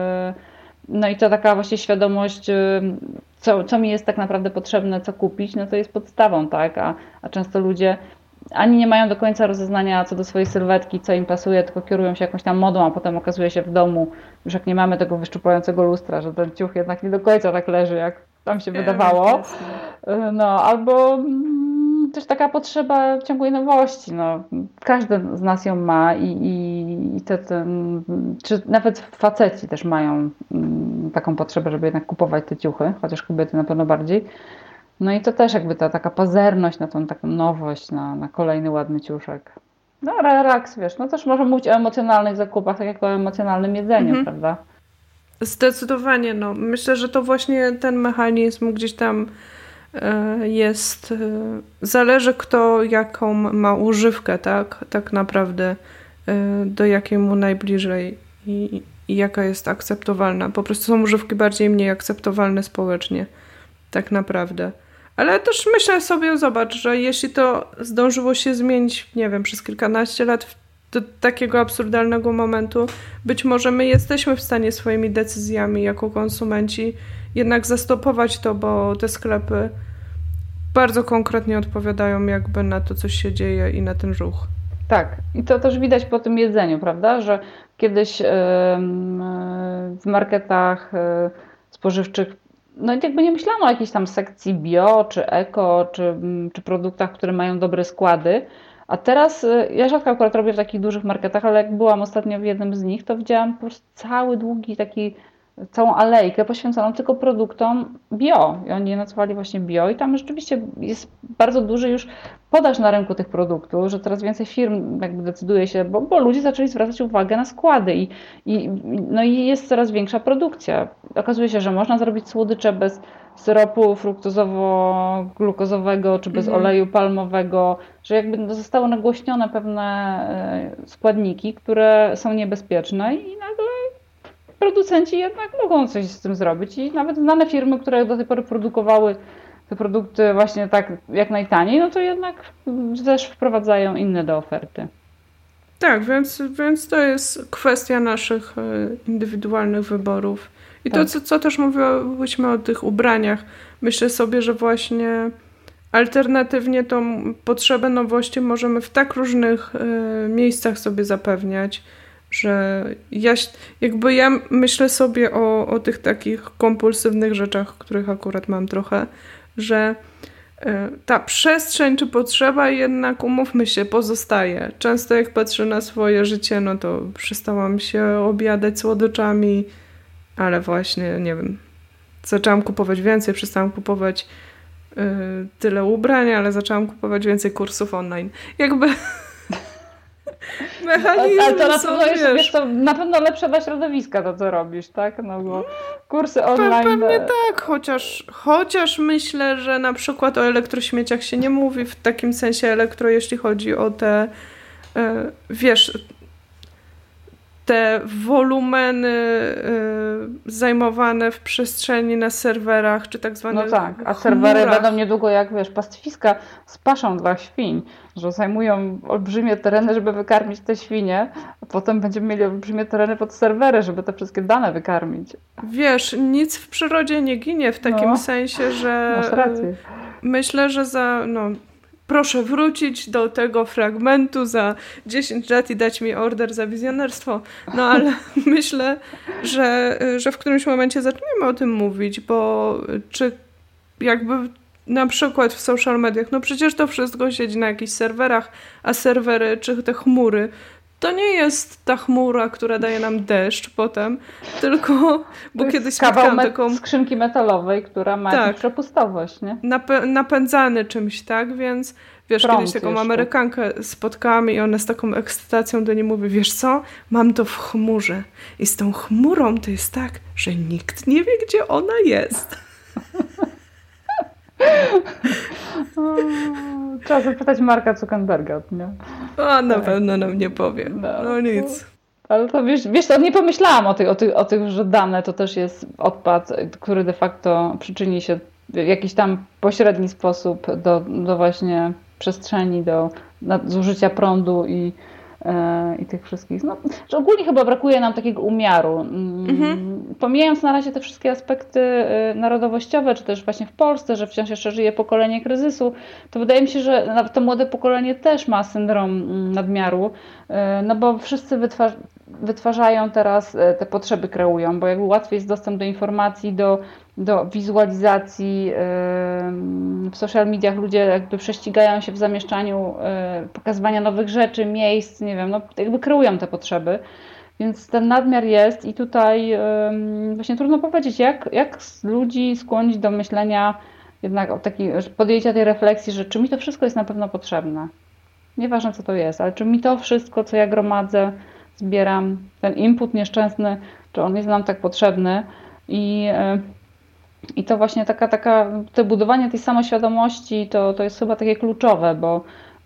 No i to taka właśnie świadomość, co, co mi jest tak naprawdę potrzebne, co kupić, no to jest podstawą, tak? A, a często ludzie ani nie mają do końca rozeznania co do swojej sylwetki, co im pasuje, tylko kierują się jakąś tam modą, a potem okazuje się w domu, już jak nie mamy tego wyszczupającego lustra, że ten ciuch jednak nie do końca tak leży, jak tam się wydawało. No, albo też taka potrzeba ciągłej nowości. No, każdy z nas ją ma i, i, i te, ten, czy nawet faceci też mają taką potrzebę, żeby jednak kupować te ciuchy, chociaż kobiety na pewno bardziej. No i to też jakby ta taka pazerność na tą taką nowość, na, na kolejny ładny ciuszek. No relaks, wiesz, no też możemy mówić o emocjonalnych zakupach, tak jak o emocjonalnym jedzeniu, mhm. prawda? Zdecydowanie, no. Myślę, że to właśnie ten mechanizm gdzieś tam y, jest, y, zależy kto jaką ma używkę, tak? Tak naprawdę y, do jakiej mu najbliżej i, i jaka jest akceptowalna. Po prostu są używki bardziej mniej akceptowalne społecznie, tak naprawdę. Ale też myślę sobie, zobacz, że jeśli to zdążyło się zmienić, nie wiem, przez kilkanaście lat do takiego absurdalnego momentu, być może my jesteśmy w stanie swoimi decyzjami jako konsumenci jednak zastopować to, bo te sklepy bardzo konkretnie odpowiadają jakby na to, co się dzieje i na ten ruch. Tak, i to też widać po tym jedzeniu, prawda, że kiedyś w marketach spożywczych no jakby nie myślano o jakiejś tam sekcji bio, czy eko, czy, czy produktach, które mają dobre składy. A teraz, ja rzadko akurat robię w takich dużych marketach, ale jak byłam ostatnio w jednym z nich, to widziałam po prostu cały długi taki, całą alejkę poświęconą tylko produktom bio. I oni je nazwali właśnie bio i tam rzeczywiście jest bardzo duży już podaż na rynku tych produktów, że coraz więcej firm jakby decyduje się, bo, bo ludzie zaczęli zwracać uwagę na składy i, i, no i jest coraz większa produkcja. Okazuje się, że można zrobić słodycze bez syropu fruktozowo-glukozowego czy bez mhm. oleju palmowego, że jakby zostały nagłośnione pewne składniki, które są niebezpieczne i nagle producenci jednak mogą coś z tym zrobić i nawet znane firmy, które do tej pory produkowały te produkty właśnie tak jak najtaniej, no to jednak też wprowadzają inne do oferty. Tak, więc, więc to jest kwestia naszych indywidualnych wyborów. I tak. to, co, co też mówiłyśmy o tych ubraniach, myślę sobie, że właśnie alternatywnie tą potrzebę nowości możemy w tak różnych y, miejscach sobie zapewniać, że ja, jakby ja myślę sobie o, o tych takich kompulsywnych rzeczach, których akurat mam trochę, że ta przestrzeń czy potrzeba jednak, umówmy się, pozostaje. Często jak patrzę na swoje życie, no to przestałam się objadać słodyczami, ale właśnie, nie wiem, zaczęłam kupować więcej, przestałam kupować yy, tyle ubrań, ale zaczęłam kupować więcej kursów online. Jakby mechanizmy ale to na pewno, są, jest, wiesz, to na pewno lepsze dla środowiska to, co robisz, tak? No bo kursy online... Pewnie tak, chociaż, chociaż myślę, że na przykład o elektrośmieciach się nie mówi w takim sensie elektro, jeśli chodzi o te, wiesz, te wolumeny zajmowane w przestrzeni na serwerach, czy tak zwane No tak, a serwery chmurach. Będą niedługo jak, wiesz, pastwiska z paszą dla świń, że zajmują olbrzymie tereny, żeby wykarmić te świnie, a potem będziemy mieli olbrzymie tereny pod serwery, żeby te wszystkie dane wykarmić. Wiesz, nic w przyrodzie nie ginie w takim no, sensie, że masz rację. Myślę, że za... No, proszę wrócić do tego fragmentu za dziesięć lat i dać mi order za wizjonerstwo. No ale myślę, że, że w którymś momencie zaczniemy o tym mówić, bo czy jakby na przykład w social mediach, no przecież to wszystko siedzi na jakichś serwerach, a serwery czy te chmury, to nie jest ta chmura, która daje nam deszcz potem, tylko, bo kiedyś spotkałam met- taką... skrzynki metalowej, która ma tak, jakąś przepustowość, nie? Nap- napędzany czymś, tak? Więc wiesz, Prąd kiedyś taką jeszcze. Amerykankę spotkałam i ona z taką ekscytacją do niej mówi, wiesz co, mam to w chmurze i z tą chmurą to jest tak, że nikt nie wie, gdzie ona jest. Trzeba zapytać Marka Zuckerberga, nie? O, na tak. pewno nam nie powie. No, no nic. Ale to wiesz, wiesz to nie pomyślałam o tych, o, tych, o tych, że dane to też jest odpad, który de facto przyczyni się w jakiś tam pośredni sposób do, do właśnie przestrzeni, do zużycia prądu i, e, i tych wszystkich. No, że ogólnie chyba brakuje nam takiego umiaru. Mhm. Pomijając na razie te wszystkie aspekty narodowościowe, czy też właśnie w Polsce, że wciąż jeszcze żyje pokolenie kryzysu, to wydaje mi się, że nawet to młode pokolenie też ma syndrom nadmiaru, no bo wszyscy wytwarz- wytwarzają teraz, te potrzeby kreują, bo jakby łatwiej jest dostęp do informacji, do, do wizualizacji. W social mediach ludzie jakby prześcigają się w zamieszczaniu pokazywania nowych rzeczy, miejsc, nie wiem, no jakby kreują te potrzeby. Więc ten nadmiar jest i tutaj właśnie trudno powiedzieć, jak, jak ludzi skłonić do myślenia jednak o takiej, podjęcia tej refleksji, że czy mi to wszystko jest na pewno potrzebne. Nieważne co to jest, ale czy mi to wszystko, co ja gromadzę, zbieram, ten input nieszczęsny, czy on jest nam tak potrzebny i, i to właśnie taka, taka, to budowanie tej samoświadomości to, to jest chyba takie kluczowe, bo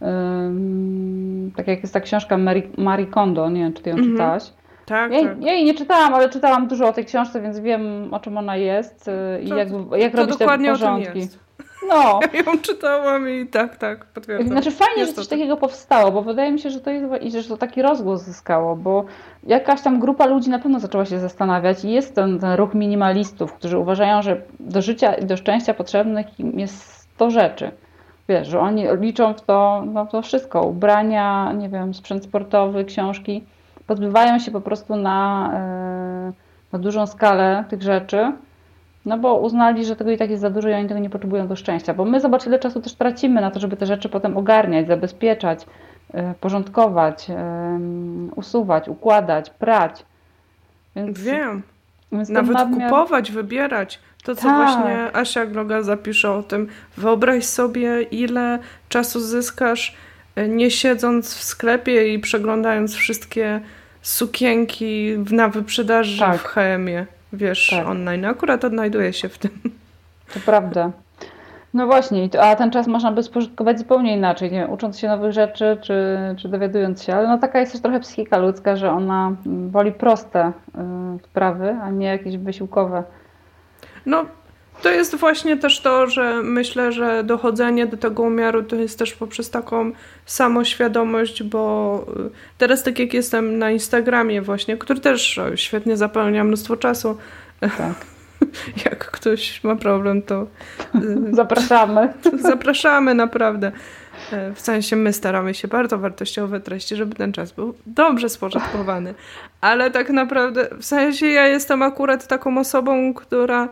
um, tak jak jest ta książka Marie, Marie Kondo, nie wiem czy ty ją mm-hmm. czytałaś. Tak, ja, tak. ja jej nie czytałam, ale czytałam dużo o tej książce, więc wiem o czym ona jest i to, jakby, jak to robić te porządki. O tym jest. No. Ja ją czytałam i tak, tak, potwierdzam. Znaczy fajnie, jest że coś to takiego powstało, bo wydaje mi się, że to jest i że to taki rozgłos zyskało, bo jakaś tam grupa ludzi na pewno zaczęła się zastanawiać i jest ten, ten ruch minimalistów, którzy uważają, że do życia i do szczęścia potrzebnych im jest sto rzeczy. Wiesz, że oni liczą w to, no to wszystko, ubrania, nie wiem, sprzęt sportowy, książki, pozbywają się po prostu na, na dużą skalę tych rzeczy. No bo uznali, że tego i tak jest za dużo i oni tego nie potrzebują do szczęścia. Bo my zobacz, ile czasu też tracimy na to, żeby te rzeczy potem ogarniać, zabezpieczać, porządkować, usuwać, układać, prać. Więc, Wiem. Więc nawet nadmiar... kupować, wybierać. To, co tak. właśnie Asia Gloga zapisze o tym. Wyobraź sobie, ile czasu zyskasz nie siedząc w sklepie i przeglądając wszystkie sukienki na wyprzedaży tak. w H and M-ie. Wiesz, tak. online. Akurat odnajduję się w tym. To prawda. No właśnie, a ten czas można by spożytkować zupełnie inaczej, nie wiem, ucząc się nowych rzeczy, czy, czy dowiadując się, ale no taka jest też trochę psychika ludzka, że ona woli proste y, sprawy, a nie jakieś wysiłkowe. No, to jest właśnie też to, że myślę, że dochodzenie do tego umiaru to jest też poprzez taką samoświadomość, bo teraz tak jak jestem na Instagramie właśnie, który też świetnie zapełnia mnóstwo czasu. Tak. Jak ktoś ma problem, to zapraszamy. Zapraszamy naprawdę. W sensie my staramy się bardzo wartościowe treści, żeby ten czas był dobrze spożytkowany. Ale tak naprawdę, w sensie ja jestem akurat taką osobą, która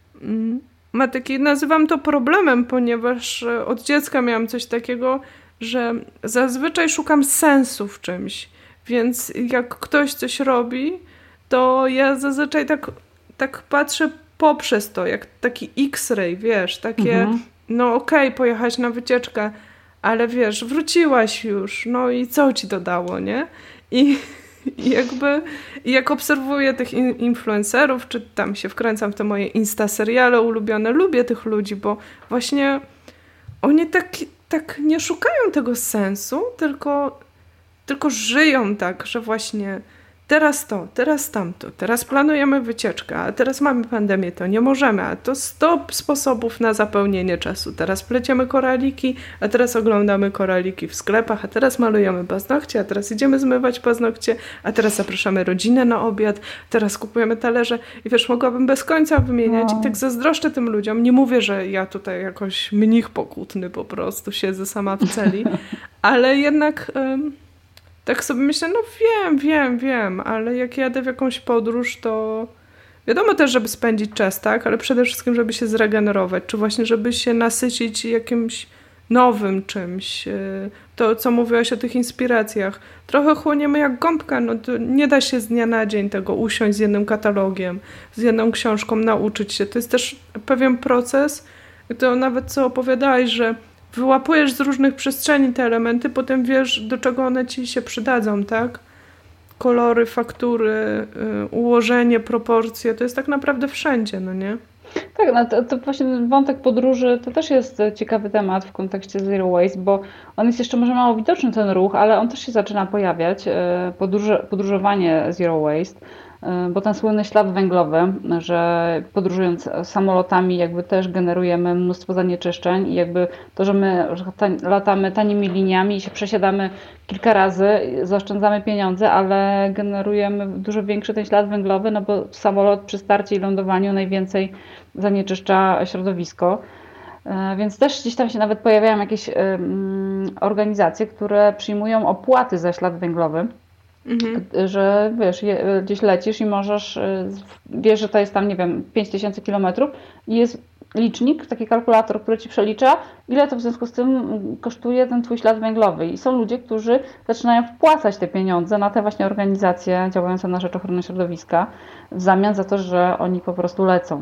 ma taki, nazywam to problemem, ponieważ od dziecka miałam coś takiego, że zazwyczaj szukam sensu w czymś. Więc jak ktoś coś robi, to ja zazwyczaj tak, tak patrzę poprzez to, jak taki X-ray, wiesz, takie, mhm. no okej, okay, pojechałaś na wycieczkę, ale wiesz, wróciłaś już, no i co ci to dało, nie? I, i jakby, jak obserwuję tych in, influencerów, czy tam się wkręcam w te moje Insta-seriale ulubione, lubię tych ludzi, bo właśnie oni tak, tak nie szukają tego sensu, tylko, tylko żyją tak, że właśnie teraz to, teraz tamto, teraz planujemy wycieczkę, a teraz mamy pandemię, to nie możemy, a to sto sposobów na zapełnienie czasu. Teraz pleciemy koraliki, a teraz oglądamy koraliki w sklepach, a teraz malujemy paznokcie, a teraz idziemy zmywać paznokcie, a teraz zapraszamy rodzinę na obiad, teraz kupujemy talerze i wiesz, mogłabym bez końca wymieniać no. i tak zazdroszczę tym ludziom. Nie mówię, że ja tutaj jakoś mnich pokutny po prostu siedzę sama w celi, ale jednak... Um, tak sobie myślę, no wiem, wiem, wiem, ale jak jadę w jakąś podróż, to wiadomo też, żeby spędzić czas, tak? Ale przede wszystkim, żeby się zregenerować, czy właśnie, żeby się nasycić jakimś nowym czymś. To, co mówiłaś o tych inspiracjach. Trochę chłoniemy jak gąbka, no to nie da się z dnia na dzień tego usiąść z jednym katalogiem, z jedną książką, nauczyć się. To jest też pewien proces. To nawet co opowiadałaś, że wyłapujesz z różnych przestrzeni te elementy, potem wiesz, do czego one ci się przydadzą, tak? Kolory, faktury, yy, ułożenie, proporcje, to jest tak naprawdę wszędzie, no nie? Tak, no to, to właśnie wątek podróży to też jest ciekawy temat w kontekście Zero Waste, bo on jest jeszcze może mało widoczny ten ruch, ale on też się zaczyna pojawiać, e, podróże, podróżowanie Zero Waste, e, bo ten słynny ślad węglowy, że podróżując samolotami jakby też generujemy mnóstwo zanieczyszczeń i jakby to, że my że tań, latamy tanimi liniami i się przesiadamy kilka razy, zaoszczędzamy pieniądze, ale generujemy dużo większy ten ślad węglowy, no bo samolot przy starcie i lądowaniu najwięcej zanieczyszcza środowisko. Więc też gdzieś tam się nawet pojawiają jakieś organizacje, które przyjmują opłaty za ślad węglowy. Mhm. Że wiesz, gdzieś lecisz i możesz, wiesz, że to jest tam, nie wiem, pięć tysięcy kilometrów i jest licznik, taki kalkulator, który ci przelicza, ile to w związku z tym kosztuje ten twój ślad węglowy. I są ludzie, którzy zaczynają wpłacać te pieniądze na te właśnie organizacje działające na rzecz ochrony środowiska w zamian za to, że oni po prostu lecą.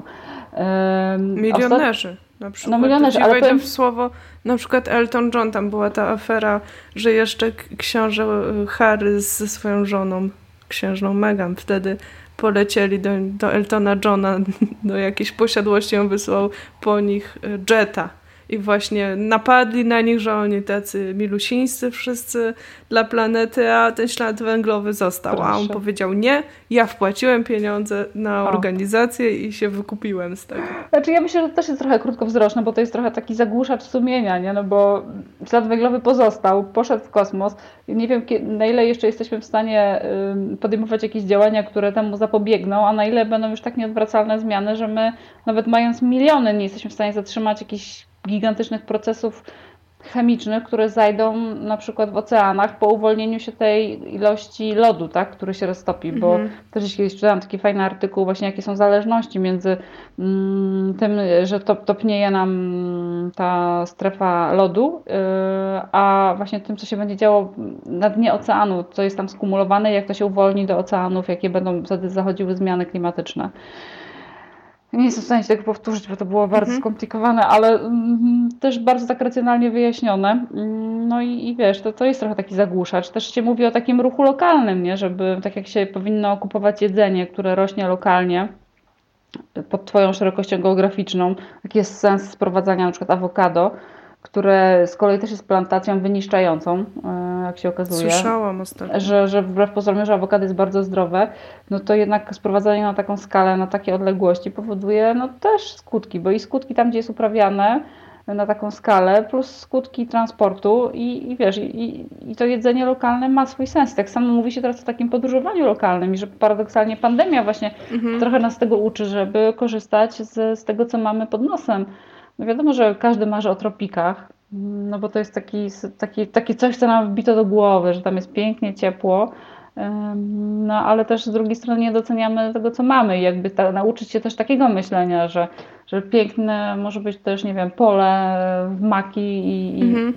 Milionerzy. Na przykład. No milionerzy, ale powiem... w słowo, na przykład Elton John, tam była ta afera, że jeszcze książę Harry ze swoją żoną, księżną Meghan, wtedy polecieli do, do Eltona Johna, do jakiejś posiadłości, on wysłał po nich jeta. I właśnie napadli na nich, że oni tacy milusińscy wszyscy dla planety, a ten ślad węglowy został. Proszę. A on powiedział nie, ja wpłaciłem pieniądze na o. organizację i się wykupiłem z tego. Znaczy ja myślę, że to też jest trochę krótkowzroczne, bo to jest trochę taki zagłuszacz sumienia, nie? No bo ślad węglowy pozostał, poszedł w kosmos. Nie wiem, na ile jeszcze jesteśmy w stanie podejmować jakieś działania, które temu zapobiegną, a na ile będą już tak nieodwracalne zmiany, że my nawet mając miliony nie jesteśmy w stanie zatrzymać jakichś gigantycznych procesów chemicznych, które zajdą na przykład w oceanach po uwolnieniu się tej ilości lodu, tak, który się roztopi, mm-hmm. bo też kiedyś czytałam taki fajny artykuł właśnie, jakie są zależności między mm, tym, że top, topnieje nam ta strefa lodu, yy, a właśnie tym, co się będzie działo na dnie oceanu, co jest tam skumulowane, jak to się uwolni do oceanów, jakie będą wtedy zachodziły zmiany klimatyczne. Nie jestem w stanie się tego powtórzyć, bo to było bardzo mhm. skomplikowane, ale mm, też bardzo tak racjonalnie wyjaśnione. No i, i wiesz, to, to jest trochę taki zagłuszacz. Też się mówi o takim ruchu lokalnym, nie? Żeby tak jak się powinno kupować jedzenie, które rośnie lokalnie pod twoją szerokością geograficzną, jaki jest sens sprowadzania na przykład awokado, które z kolei też jest plantacją wyniszczającą, jak się okazuje. Słyszałam ostatnio. Że, że wbrew pozorom, że awokado jest bardzo zdrowe, no to jednak sprowadzanie na taką skalę, na takie odległości powoduje no też skutki, bo i skutki tam, gdzie jest uprawiane na taką skalę, plus skutki transportu i, i wiesz, i, i to jedzenie lokalne ma swój sens. Tak samo mówi się teraz o takim podróżowaniu lokalnym i że paradoksalnie pandemia właśnie mhm. trochę nas tego uczy, żeby korzystać z, z tego, co mamy pod nosem. No wiadomo, że każdy marzy o tropikach, no bo to jest taki, taki, taki coś, co nam wbito do głowy, że tam jest pięknie, ciepło, no ale też z drugiej strony nie doceniamy tego, co mamy i jakby ta, nauczyć się też takiego myślenia, że, że piękne może być też, nie wiem, pole, maki i, mhm.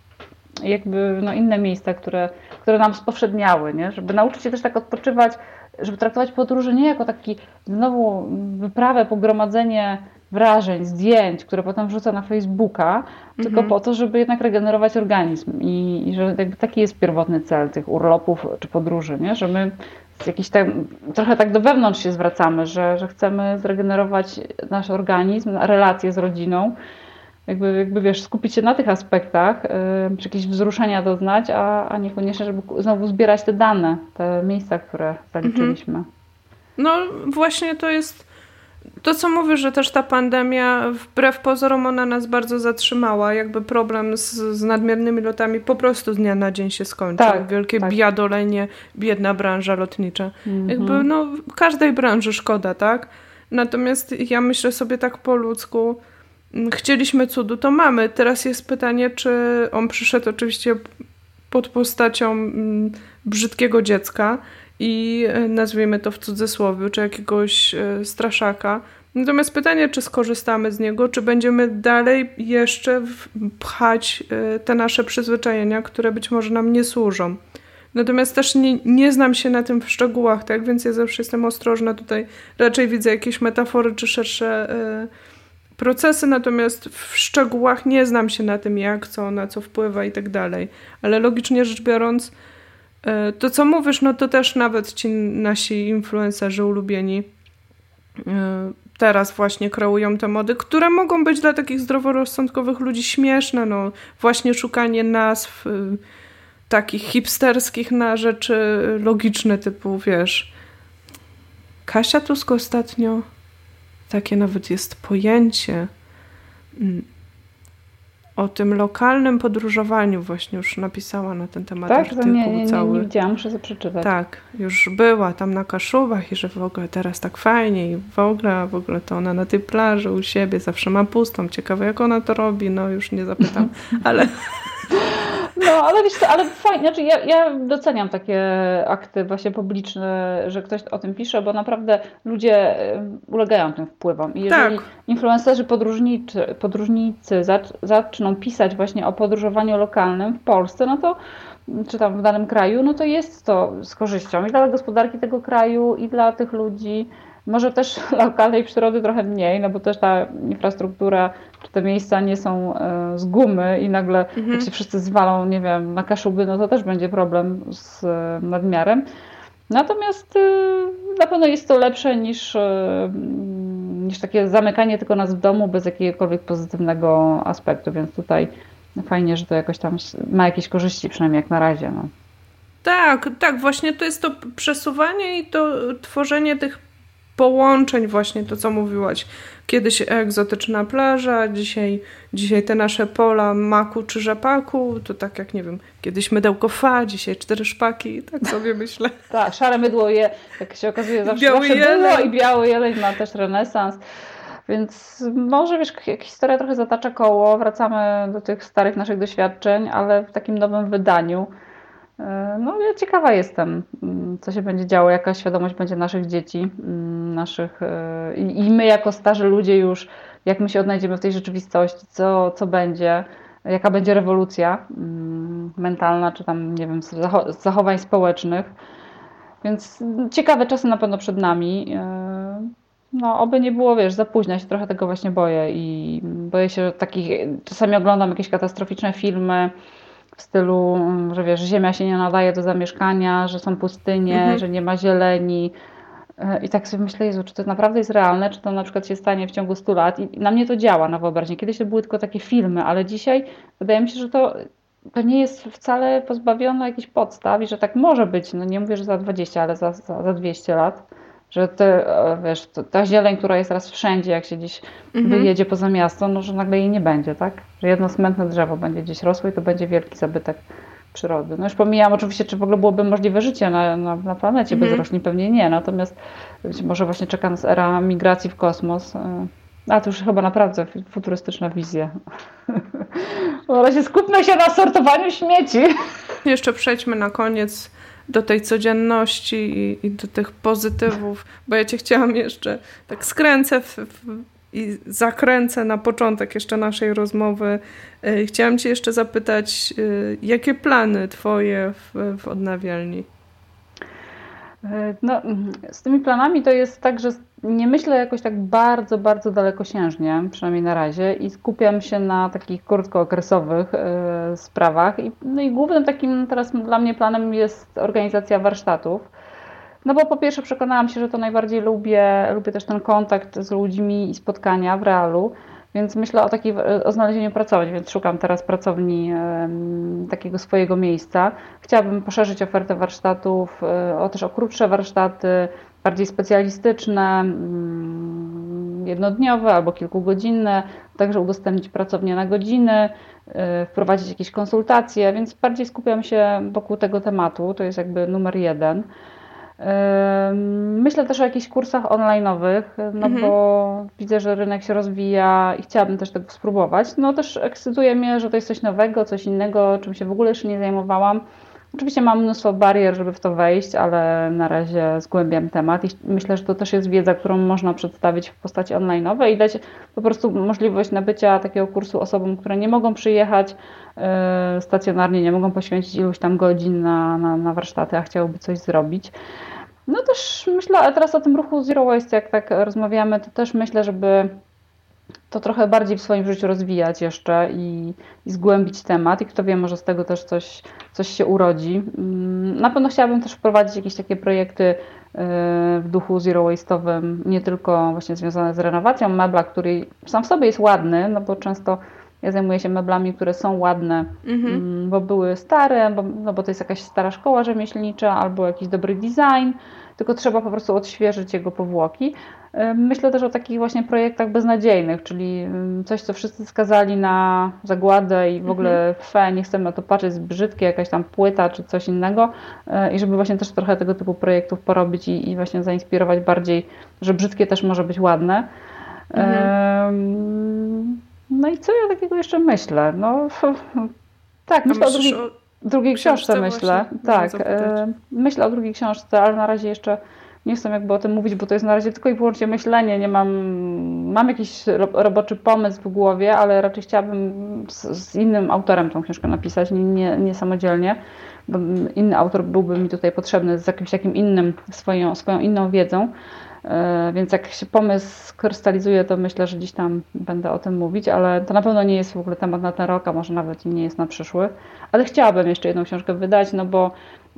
i jakby no, inne miejsca, które, które nam spowszedniały, nie? Żeby nauczyć się też tak odpoczywać, żeby traktować podróże nie jako taki znowu wyprawę, pogromadzenie wrażeń, zdjęć, które potem wrzuca na Facebooka, mm-hmm. tylko po to, żeby jednak regenerować organizm i, i że jakby taki jest pierwotny cel tych urlopów czy podróży, nie? Że my jakiś tam, trochę tak do wewnątrz się zwracamy, że, że chcemy zregenerować nasz organizm, relacje z rodziną, jakby, jakby wiesz, skupić się na tych aspektach, yy, czy jakieś wzruszenia doznać, a, a niekoniecznie, żeby znowu zbierać te dane, te miejsca, które zaliczyliśmy. Mm-hmm. No właśnie to jest to, co mówisz, że też ta pandemia, wbrew pozorom, ona nas bardzo zatrzymała. Jakby problem z, z nadmiernymi lotami po prostu z dnia na dzień się skończył. Tak, Wielkie tak. biadolenie, biedna branża lotnicza. Mm-hmm. Jakby no każdej branży szkoda, tak? Natomiast ja myślę sobie tak po ludzku, chcieliśmy cudu, to mamy. Teraz jest pytanie, czy on przyszedł oczywiście pod postacią mm, brzydkiego dziecka, i nazwijmy to w cudzysłowie, czy jakiegoś straszaka. Natomiast pytanie, czy skorzystamy z niego, czy będziemy dalej jeszcze pchać te nasze przyzwyczajenia, które być może nam nie służą. Natomiast też nie, nie znam się na tym w szczegółach, tak? Więc ja zawsze jestem ostrożna tutaj. Raczej widzę jakieś metafory czy szersze y, procesy, natomiast w szczegółach nie znam się na tym, jak, co, na co wpływa i tak dalej. Ale logicznie rzecz biorąc, to, co mówisz, no to też nawet ci nasi influencerzy ulubieni teraz właśnie kreują te mody, które mogą być dla takich zdroworozsądkowych ludzi śmieszne, no właśnie szukanie nazw y, takich hipsterskich na rzeczy logiczne, typu wiesz, Kasia Tusk ostatnio, takie nawet jest pojęcie mm, o tym lokalnym podróżowaniu, właśnie już napisała na ten temat tak? artykuł nie, nie, cały. Nie, nie widziałam, muszę sobie przeczytać. Tak, już była tam na Kaszubach i że w ogóle teraz tak fajnie i w ogóle, w ogóle to ona na tej plaży u siebie zawsze ma pustą. Ciekawe jak ona to robi, no już nie zapytam, ale... No, ale wiesz co, ale fajnie, znaczy ja, ja doceniam takie akty właśnie publiczne, że ktoś o tym pisze, bo naprawdę ludzie ulegają tym wpływom. I jeżeli tak. influencerzy podróżniczy, podróżnicy zacz, zaczną pisać właśnie o podróżowaniu lokalnym w Polsce, no to czy tam w danym kraju, no to jest to z korzyścią i dla gospodarki tego kraju, i dla tych ludzi. Może też lokalnej przyrody trochę mniej, no bo też ta infrastruktura, czy te miejsca nie są z gumy i nagle mhm. jak się wszyscy zwalą, nie wiem, na Kaszuby, no to też będzie problem z nadmiarem. Natomiast na pewno jest to lepsze niż, niż takie zamykanie tylko nas w domu bez jakiegokolwiek pozytywnego aspektu, więc tutaj fajnie, że to jakoś tam ma jakieś korzyści, przynajmniej jak na razie. No. Tak, tak, właśnie to jest to przesuwanie i to tworzenie tych połączeń, właśnie to, co mówiłaś. Kiedyś egzotyczna plaża, dzisiaj, dzisiaj te nasze pola maku czy rzepaku, to tak jak, nie wiem, kiedyś mydełko fa, dzisiaj cztery szpaki, tak sobie myślę. Tak, szare mydło, je, jak się okazuje, zawsze, biały zawsze jeleń. było i biały jeleń ma też renesans. Więc może, wiesz, historia trochę zatacza koło, wracamy do tych starych naszych doświadczeń, ale w takim nowym wydaniu. No ja ciekawa jestem, co się będzie działo, jaka świadomość będzie naszych dzieci, naszych i my jako starzy ludzie już, jak my się odnajdziemy w tej rzeczywistości, co, co będzie, jaka będzie rewolucja mentalna, czy tam, nie wiem, zachowań społecznych. Więc ciekawe czasy na pewno przed nami. No, oby nie było, wiesz, za późno, ja się trochę tego właśnie boję i boję się, że takich, czasami oglądam jakieś katastroficzne filmy, w stylu, że wiesz, ziemia się nie nadaje do zamieszkania, że są pustynie, mhm. że nie ma zieleni. I tak sobie myślę, Jezu, czy to naprawdę jest realne, czy to na przykład się stanie w ciągu stu lat. I na mnie to działa na wyobraźnię. Kiedyś to były tylko takie filmy, ale dzisiaj wydaje mi się, że to, to nie jest wcale pozbawione jakichś podstaw i że tak może być. No nie mówię, że za dwadzieścia, ale za, za, za dwieście lat. Że te, wiesz, ta zieleń, która jest teraz wszędzie, jak się gdzieś mhm. wyjedzie poza miasto, no że nagle jej nie będzie, tak? Że jedno smętne drzewo będzie gdzieś rosło i to będzie wielki zabytek przyrody. No już pomijam oczywiście, czy w ogóle byłoby możliwe życie na, na, na planecie mhm. bez roślin, pewnie nie. Natomiast być może właśnie czeka nas era migracji w kosmos. A to już chyba naprawdę futurystyczna wizja. Na razie skupmy się na sortowaniu śmieci. Jeszcze przejdźmy na koniec do tej codzienności i, i do tych pozytywów, bo ja cię chciałam jeszcze tak skręcę w, w, i zakręcę na początek jeszcze naszej rozmowy. Chciałam cię jeszcze zapytać, jakie plany twoje w, w odnawialni? No, z tymi planami to jest tak, że nie myślę jakoś tak bardzo, bardzo dalekosiężnie, przynajmniej na razie, i skupiam się na takich krótkookresowych y, sprawach. I, no i głównym takim teraz dla mnie planem jest organizacja warsztatów. No bo po pierwsze przekonałam się, że to najbardziej lubię, lubię też ten kontakt z ludźmi i spotkania w realu. Więc myślę o, takiej, o znalezieniu pracowni, więc szukam teraz pracowni y, takiego swojego miejsca. Chciałabym poszerzyć ofertę warsztatów, y, o też o krótsze warsztaty, bardziej specjalistyczne, y, jednodniowe albo kilkugodzinne, także udostępnić pracownię na godziny, y, wprowadzić jakieś konsultacje, więc bardziej skupiam się wokół tego tematu, to jest jakby numer jeden. Myślę też o jakichś kursach online'owych, no mhm. bo widzę, że rynek się rozwija i chciałabym też tego spróbować. No też ekscytuje mnie, że to jest coś nowego, coś innego, czym się w ogóle jeszcze nie zajmowałam. Oczywiście mam mnóstwo barier, żeby w to wejść, ale na razie zgłębiam temat i myślę, że to też jest wiedza, którą można przedstawić w postaci online'owej i dać po prostu możliwość nabycia takiego kursu osobom, które nie mogą przyjechać stacjonarnie, nie mogą poświęcić iluś tam godzin na, na, na warsztaty, a chciałyby coś zrobić. No też myślę, ale teraz o tym ruchu Zero Waste, jak tak rozmawiamy, to też myślę, żeby to trochę bardziej w swoim życiu rozwijać jeszcze i, i zgłębić temat i kto wie, może z tego też coś, coś się urodzi. Na pewno chciałabym też wprowadzić jakieś takie projekty w duchu zero waste'owym, nie tylko właśnie związane z renowacją mebla, który sam w sobie jest ładny, no bo często ja zajmuję się meblami, które są ładne, mhm. bo były stare, bo, no bo to jest jakaś stara szkoła rzemieślnicza albo jakiś dobry design, tylko trzeba po prostu odświeżyć jego powłoki. Myślę też o takich właśnie projektach beznadziejnych, czyli coś, co wszyscy skazali na zagładę i w ogóle fe, nie chcemy na to patrzeć, jest brzydkie, jakaś tam płyta czy coś innego i żeby właśnie też trochę tego typu projektów porobić i, i właśnie zainspirować bardziej, że brzydkie też może być ładne. Mhm. No i co ja takiego jeszcze myślę? No tak, myślę o drugiej, o drugiej książce, myślę. Tak, myślę o drugiej książce, ale na razie jeszcze nie chcę jakby o tym mówić, bo to jest na razie tylko i wyłącznie myślenie. Nie mam, mam jakiś roboczy pomysł w głowie, ale raczej chciałabym z, z innym autorem tą książkę napisać, nie, nie samodzielnie, bo inny autor byłby mi tutaj potrzebny z jakimś takim innym, swoją, swoją inną wiedzą. Więc jak się pomysł krystalizuje, to myślę, że gdzieś tam będę o tym mówić, ale to na pewno nie jest w ogóle temat na ten rok, a może nawet i nie jest na przyszły. Ale chciałabym jeszcze jedną książkę wydać, no bo,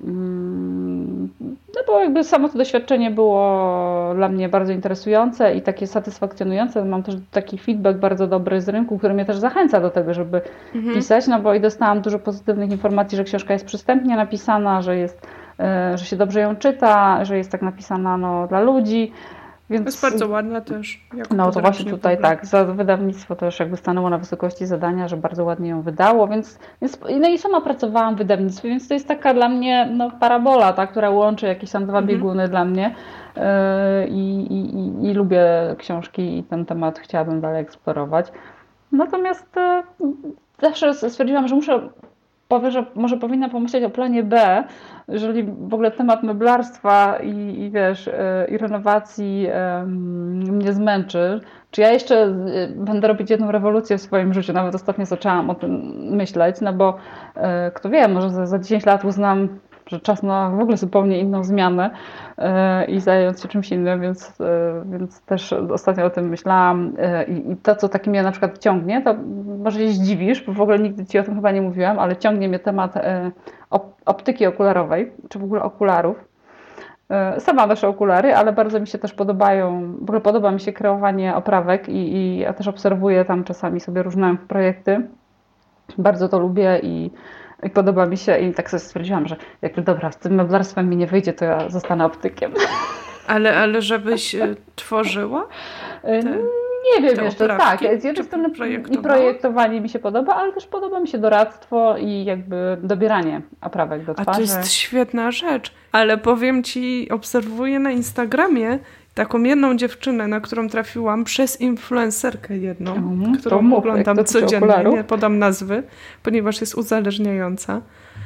no bo jakby samo to doświadczenie było dla mnie bardzo interesujące i takie satysfakcjonujące. Mam też taki feedback bardzo dobry z rynku, który mnie też zachęca do tego, żeby mhm. pisać, no bo i dostałam dużo pozytywnych informacji, że książka jest przystępnie napisana, że jest że się dobrze ją czyta, że jest tak napisana no, dla ludzi. Więc, jest bardzo ładna też. No to właśnie tutaj tak, za wydawnictwo też jakby stanęło na wysokości zadania, że bardzo ładnie ją wydało, więc, więc no i sama pracowałam w wydawnictwie, więc to jest taka dla mnie no, parabola, ta, która łączy jakieś tam dwa bieguny mhm. dla mnie yy, i, i, i lubię książki i ten temat chciałabym dalej eksplorować. Natomiast yy, zawsze stwierdziłam, że muszę powiem, że może powinna pomyśleć o planie B, jeżeli w ogóle temat meblarstwa i, i wiesz, i renowacji um, mnie zmęczy. Czy ja jeszcze będę robić jedną rewolucję w swoim życiu? Nawet ostatnio zaczęłam o tym myśleć, no bo e, kto wie, może za, za dziesięć lat uznam, że czas na w ogóle zupełnie inną zmianę e, i zająć się czymś innym, więc, e, więc też ostatnio o tym myślałam e, i to, co taki mnie na przykład ciągnie, to może się zdziwisz, bo w ogóle nigdy Ci o tym chyba nie mówiłam, ale ciągnie mnie temat e, op- optyki okularowej, czy w ogóle okularów. E, sama noszę okulary, ale bardzo mi się też podobają, w ogóle podoba mi się kreowanie oprawek i, i ja też obserwuję tam czasami sobie różne projekty. Bardzo to lubię i I podoba mi się i tak sobie stwierdziłam, że jakby dobra, z tym meblarstwem mi nie wyjdzie, to ja zostanę optykiem. Ale, ale żebyś tworzyła? Te, nie wiem jeszcze, oprawki, tak. Z jednej strony i projektowanie mi się podoba, ale też podoba mi się doradztwo i jakby dobieranie oprawek do twarzy. A to jest świetna rzecz. Ale powiem Ci, obserwuję na Instagramie taką jedną dziewczynę, na którą trafiłam przez influencerkę jedną, mm, którą mów, oglądam codziennie, nie podam nazwy, ponieważ jest uzależniająca.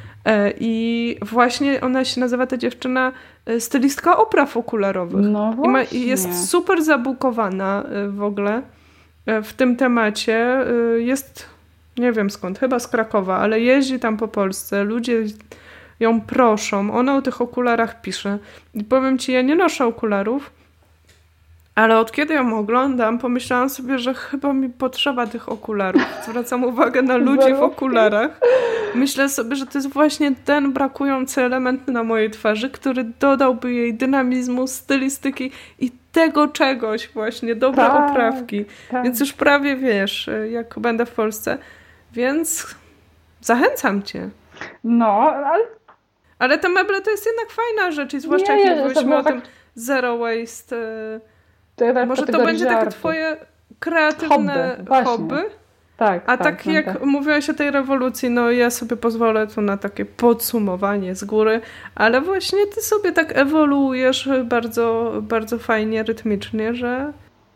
I właśnie ona się nazywa, ta dziewczyna, stylistka opraw okularowych. No I, ma, I jest super zabukowana w ogóle w tym temacie. Jest, nie wiem skąd, chyba z Krakowa, ale jeździ tam po Polsce, ludzie ją proszą, ona o tych okularach pisze. I powiem Ci, ja nie noszę okularów, ale od kiedy ją oglądam, pomyślałam sobie, że chyba mi potrzeba tych okularów. Zwracam uwagę na ludzi w okularach. Myślę sobie, że to jest właśnie ten brakujący element na mojej twarzy, który dodałby jej dynamizmu, stylistyki i tego czegoś właśnie, dobre tak, oprawki. Tak. Więc już prawie wiesz, jak będę w Polsce. Więc zachęcam Cię. No, ale... Ale te meble to jest jednak fajna rzecz i zwłaszcza nie, jak mówiłyśmy o tak... tym zero waste... To może to będzie żartu. Takie twoje kreatywne hobby, hobby. Tak, a tak, tak jak tak. mówiłaś o tej rewolucji, no ja sobie pozwolę tu na takie podsumowanie z góry, ale właśnie ty sobie tak ewoluujesz bardzo, bardzo fajnie, rytmicznie, że...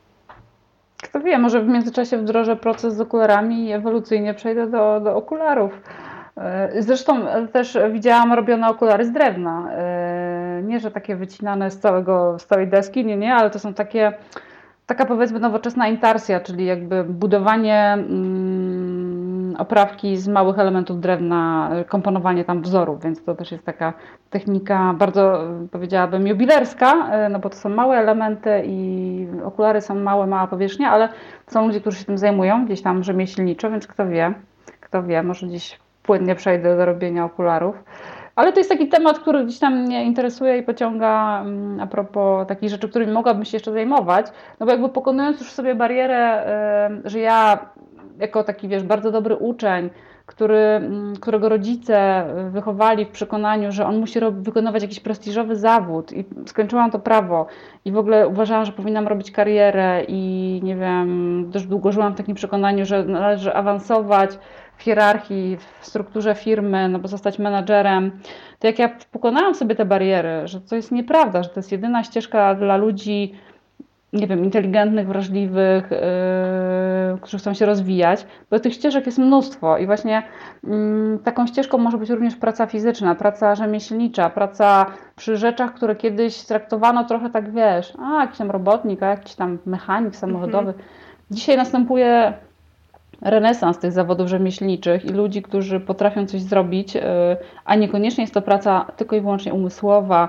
Kto wie, może w międzyczasie wdrożę proces z okularami i ewolucyjnie przejdę do, do okularów. Zresztą też widziałam robione okulary z drewna. Nie, że takie wycinane z całego, z całej deski, nie, nie, ale to są takie, taka powiedzmy nowoczesna intarsja, czyli jakby budowanie mm, oprawki z małych elementów drewna, komponowanie tam wzorów, więc to też jest taka technika bardzo, powiedziałabym, jubilerska, no bo to są małe elementy i okulary są małe, mała powierzchnia, ale są ludzie, którzy się tym zajmują, gdzieś tam rzemieślniczo, więc kto wie, kto wie, może gdzieś płynnie przejdę do robienia okularów. Ale to jest taki temat, który gdzieś tam mnie interesuje i pociąga a propos takich rzeczy, którymi mogłabym się jeszcze zajmować. No bo jakby pokonując już sobie barierę, że ja jako taki, wiesz, bardzo dobry uczeń, który, którego rodzice wychowali w przekonaniu, że on musi wykonywać jakiś prestiżowy zawód i skończyłam to prawo i w ogóle uważałam, że powinnam robić karierę i nie wiem, dość długo żyłam w takim przekonaniu, że należy awansować w hierarchii, w strukturze firmy, no bo zostać menadżerem, to jak ja pokonałam sobie te bariery, że to jest nieprawda, że to jest jedyna ścieżka dla ludzi, nie wiem, inteligentnych, wrażliwych, yy, którzy chcą się rozwijać, bo tych ścieżek jest mnóstwo i właśnie yy, taką ścieżką może być również praca fizyczna, praca rzemieślnicza, praca przy rzeczach, które kiedyś traktowano trochę tak, wiesz, a jakiś tam robotnik, a jakiś tam mechanik samochodowy. Mhm. Dzisiaj następuje renesans tych zawodów rzemieślniczych i ludzi, którzy potrafią coś zrobić, yy, a niekoniecznie jest to praca tylko i wyłącznie umysłowa.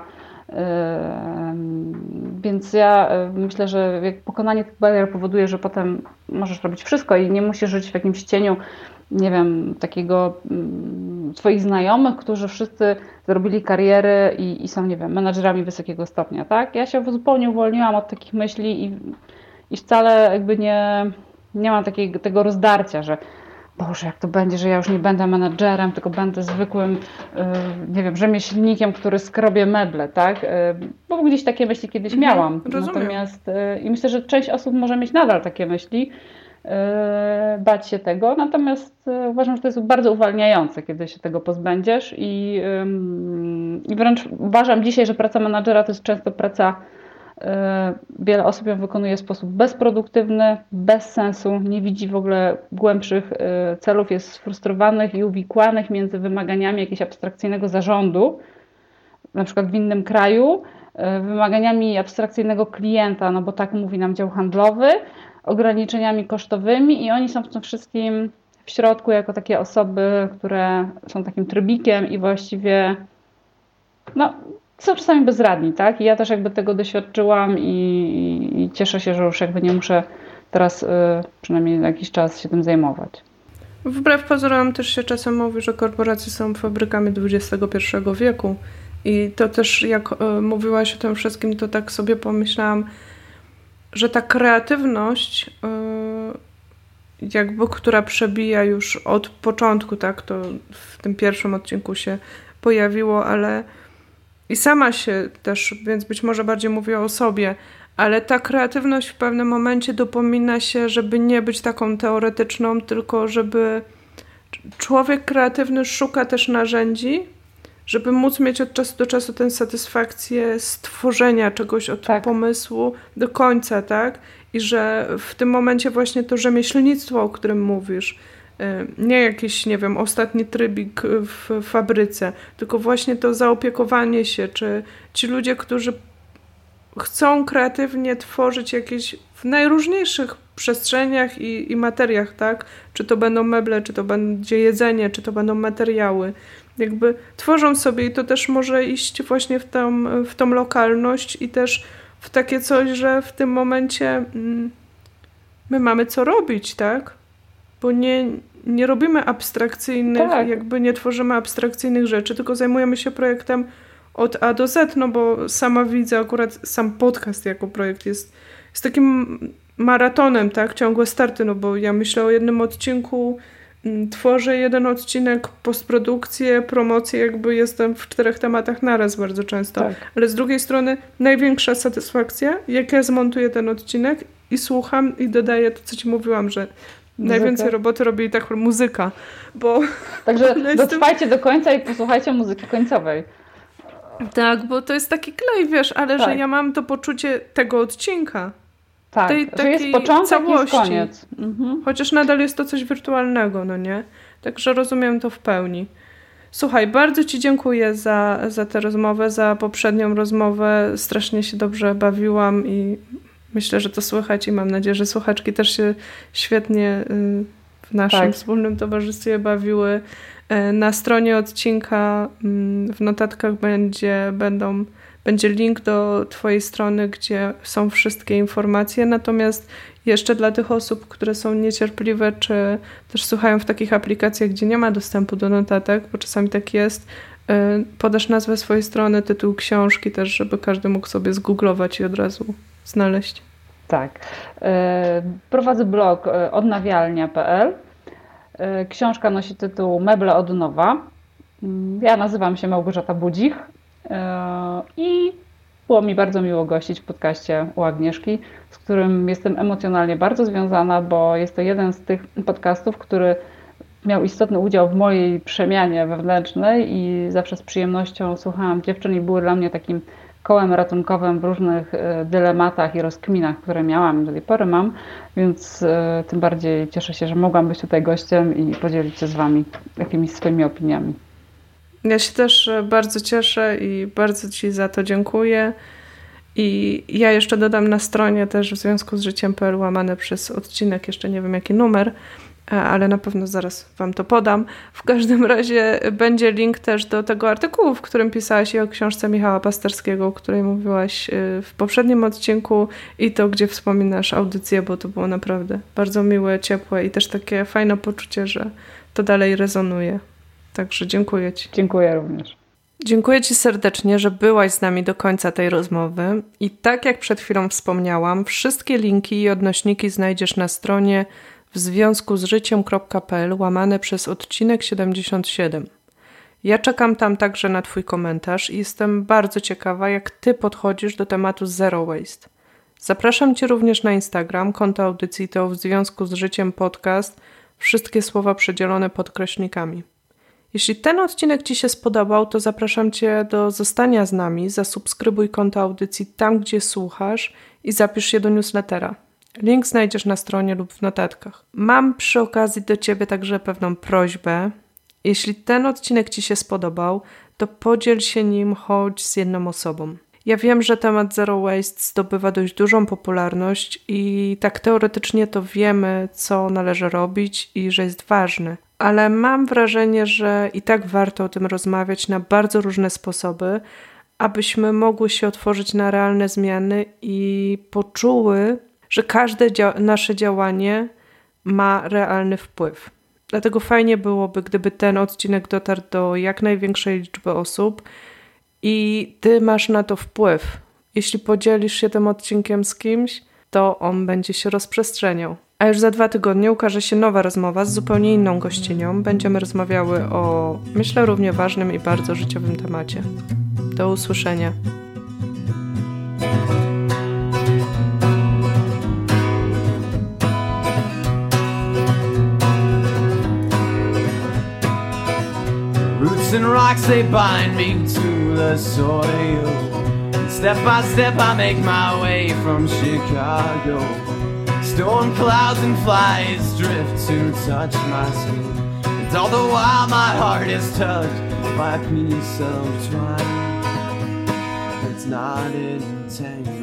Więc ja myślę, że pokonanie tych barier powoduje, że potem możesz robić wszystko i nie musisz żyć w jakimś cieniu, nie wiem, takiego twoich znajomych, którzy wszyscy zrobili kariery i, i są, nie wiem, menadżerami wysokiego stopnia, tak? Ja się zupełnie uwolniłam od takich myśli i, i wcale jakby nie, nie mam takiego, tego rozdarcia, że Boże, jak to będzie, że ja już nie będę menadżerem, tylko będę zwykłym, nie wiem, rzemieślnikiem, który skrobie meble, tak? Bo gdzieś takie myśli kiedyś miałam. Mhm, Natomiast i myślę, że część osób może mieć nadal takie myśli, bać się tego, natomiast uważam, że to jest bardzo uwalniające, kiedy się tego pozbędziesz i, i wręcz uważam dzisiaj, że praca menadżera to jest często praca, wiele osób ją wykonuje w sposób bezproduktywny, bez sensu, nie widzi w ogóle głębszych celów, jest sfrustrowanych i uwikłanych między wymaganiami jakiegoś abstrakcyjnego zarządu, na przykład w innym kraju, wymaganiami abstrakcyjnego klienta, no bo tak mówi nam dział handlowy, ograniczeniami kosztowymi i oni są w tym wszystkim w środku jako takie osoby, które są takim trybikiem i właściwie no są czasami bezradni, tak? I ja też jakby tego doświadczyłam i, i cieszę się, że już jakby nie muszę teraz y, przynajmniej na jakiś czas się tym zajmować. Wbrew pozorom też się czasem mówi, że korporacje są fabrykami dwudziestego pierwszego wieku i to też jak y, mówiłaś o tym wszystkim, to tak sobie pomyślałam, że ta kreatywność y, jakby, która przebija już od początku, tak, to w tym pierwszym odcinku się pojawiło, ale i sama się też, więc być może bardziej mówię o sobie, ale ta kreatywność w pewnym momencie dopomina się, żeby nie być taką teoretyczną, tylko żeby człowiek kreatywny szuka też narzędzi, żeby móc mieć od czasu do czasu tę satysfakcję stworzenia czegoś od tak. pomysłu do końca, tak? I że w tym momencie właśnie to rzemieślnictwo, o którym mówisz, nie jakiś, nie wiem, ostatni trybik w fabryce, tylko właśnie to zaopiekowanie się, czy ci ludzie, którzy chcą kreatywnie tworzyć jakieś w najróżniejszych przestrzeniach i, i materiach, tak? Czy to będą meble, czy to będzie jedzenie, czy to będą materiały. Jakby tworzą sobie i to też może iść właśnie w tą, w tą lokalność i też w takie coś, że w tym momencie mm, my mamy co robić, tak? Bo nie, nie robimy abstrakcyjnych, tak. jakby nie tworzymy abstrakcyjnych rzeczy, tylko zajmujemy się projektem od A do Z, no bo sama widzę akurat sam podcast jako projekt jest, jest takim maratonem, tak? Ciągłe starty, no bo ja myślę o jednym odcinku, tworzę jeden odcinek, postprodukcję, promocję, jakby jestem w czterech tematach naraz bardzo często. Tak. Ale z drugiej strony największa satysfakcja, jak ja zmontuję ten odcinek i słucham i dodaję to, co ci mówiłam, że muzykę. Najwięcej roboty robi i tak muzyka, bo... Także dotrwajcie tym... do końca i posłuchajcie muzyki końcowej. Tak, bo to jest taki klej, wiesz, ale tak. że ja mam to poczucie tego odcinka. Tak, tej, że jest początek całości. I jest koniec. Mhm. Chociaż nadal jest to coś wirtualnego, no nie? Także rozumiem to w pełni. Słuchaj, bardzo ci dziękuję za, za tę rozmowę, za poprzednią rozmowę. Strasznie się dobrze bawiłam i myślę, że to słychać i mam nadzieję, że słuchaczki też się świetnie y, w naszym tak. wspólnym towarzystwie bawiły. Na stronie odcinka w notatkach będzie, będą, będzie link do twojej strony, gdzie są wszystkie informacje. Natomiast jeszcze dla tych osób, które są niecierpliwe, czy też słuchają w takich aplikacjach, gdzie nie ma dostępu do notatek, bo czasami tak jest, podasz nazwę swojej strony, tytuł książki też, żeby każdy mógł sobie zgooglować i od razu znaleźć. Tak. Prowadzę blog odnawialnia kropka p l. Książka nosi tytuł Meble od nowa. Ja nazywam się Małgorzata Budzik i było mi bardzo miło gościć w podcaście u Agnieszki, z którym jestem emocjonalnie bardzo związana, bo jest to jeden z tych podcastów, który miał istotny udział w mojej przemianie wewnętrznej i zawsze z przyjemnością słuchałam dziewczyn i były dla mnie takim kołem ratunkowym w różnych dylematach i rozkminach, które miałam i do tej pory mam, więc tym bardziej cieszę się, że mogłam być tutaj gościem i podzielić się z Wami jakimiś swoimi opiniami. Ja się też bardzo cieszę i bardzo Ci za to dziękuję. I ja jeszcze dodam na stronie też w związku z życiem kropka p l łamane przez odcinek, jeszcze nie wiem jaki numer, ale na pewno zaraz Wam to podam. W każdym razie będzie link też do tego artykułu, w którym pisałaś i o książce Michała Pasterskiego, o której mówiłaś w poprzednim odcinku i to, gdzie wspominasz audycję, bo to było naprawdę bardzo miłe, ciepłe i też takie fajne poczucie, że to dalej rezonuje. Także dziękuję Ci. Dziękuję również. Dziękuję Ci serdecznie, że byłaś z nami do końca tej rozmowy i tak jak przed chwilą wspomniałam, wszystkie linki i odnośniki znajdziesz na stronie w związku z życiem kropka p l łamane przez odcinek siedemdziesiąt siedem. Ja czekam tam także na Twój komentarz i jestem bardzo ciekawa, jak Ty podchodzisz do tematu Zero Waste. Zapraszam Cię również na Instagram, konto audycji to w związku z życiem podcast, wszystkie słowa przedzielone podkreśnikami. Jeśli ten odcinek Ci się spodobał, to zapraszam Cię do zostania z nami, zasubskrybuj konto audycji tam, gdzie słuchasz i zapisz się do newslettera. Link znajdziesz na stronie lub w notatkach. Mam przy okazji do Ciebie także pewną prośbę. Jeśli ten odcinek Ci się spodobał, to podziel się nim choć z jedną osobą. Ja wiem, że temat Zero Waste zdobywa dość dużą popularność i tak teoretycznie to wiemy, co należy robić i że jest ważny. Ale mam wrażenie, że i tak warto o tym rozmawiać na bardzo różne sposoby, abyśmy mogły się otworzyć na realne zmiany i poczuły, że każde dzia- nasze działanie ma realny wpływ. Dlatego fajnie byłoby, gdyby ten odcinek dotarł do jak największej liczby osób i Ty masz na to wpływ. Jeśli podzielisz się tym odcinkiem z kimś, to on będzie się rozprzestrzeniał. A już za dwa tygodnie ukaże się nowa rozmowa z zupełnie inną gościnią. Będziemy rozmawiały o, myślę, równie ważnym i bardzo życiowym temacie. Do usłyszenia. Roots and rocks, they bind me to the soil. Step by step I make my way from Chicago. Storm clouds and flies drift to touch my skin. And all the while my heart is touched by a piece of twine. It's not entangled.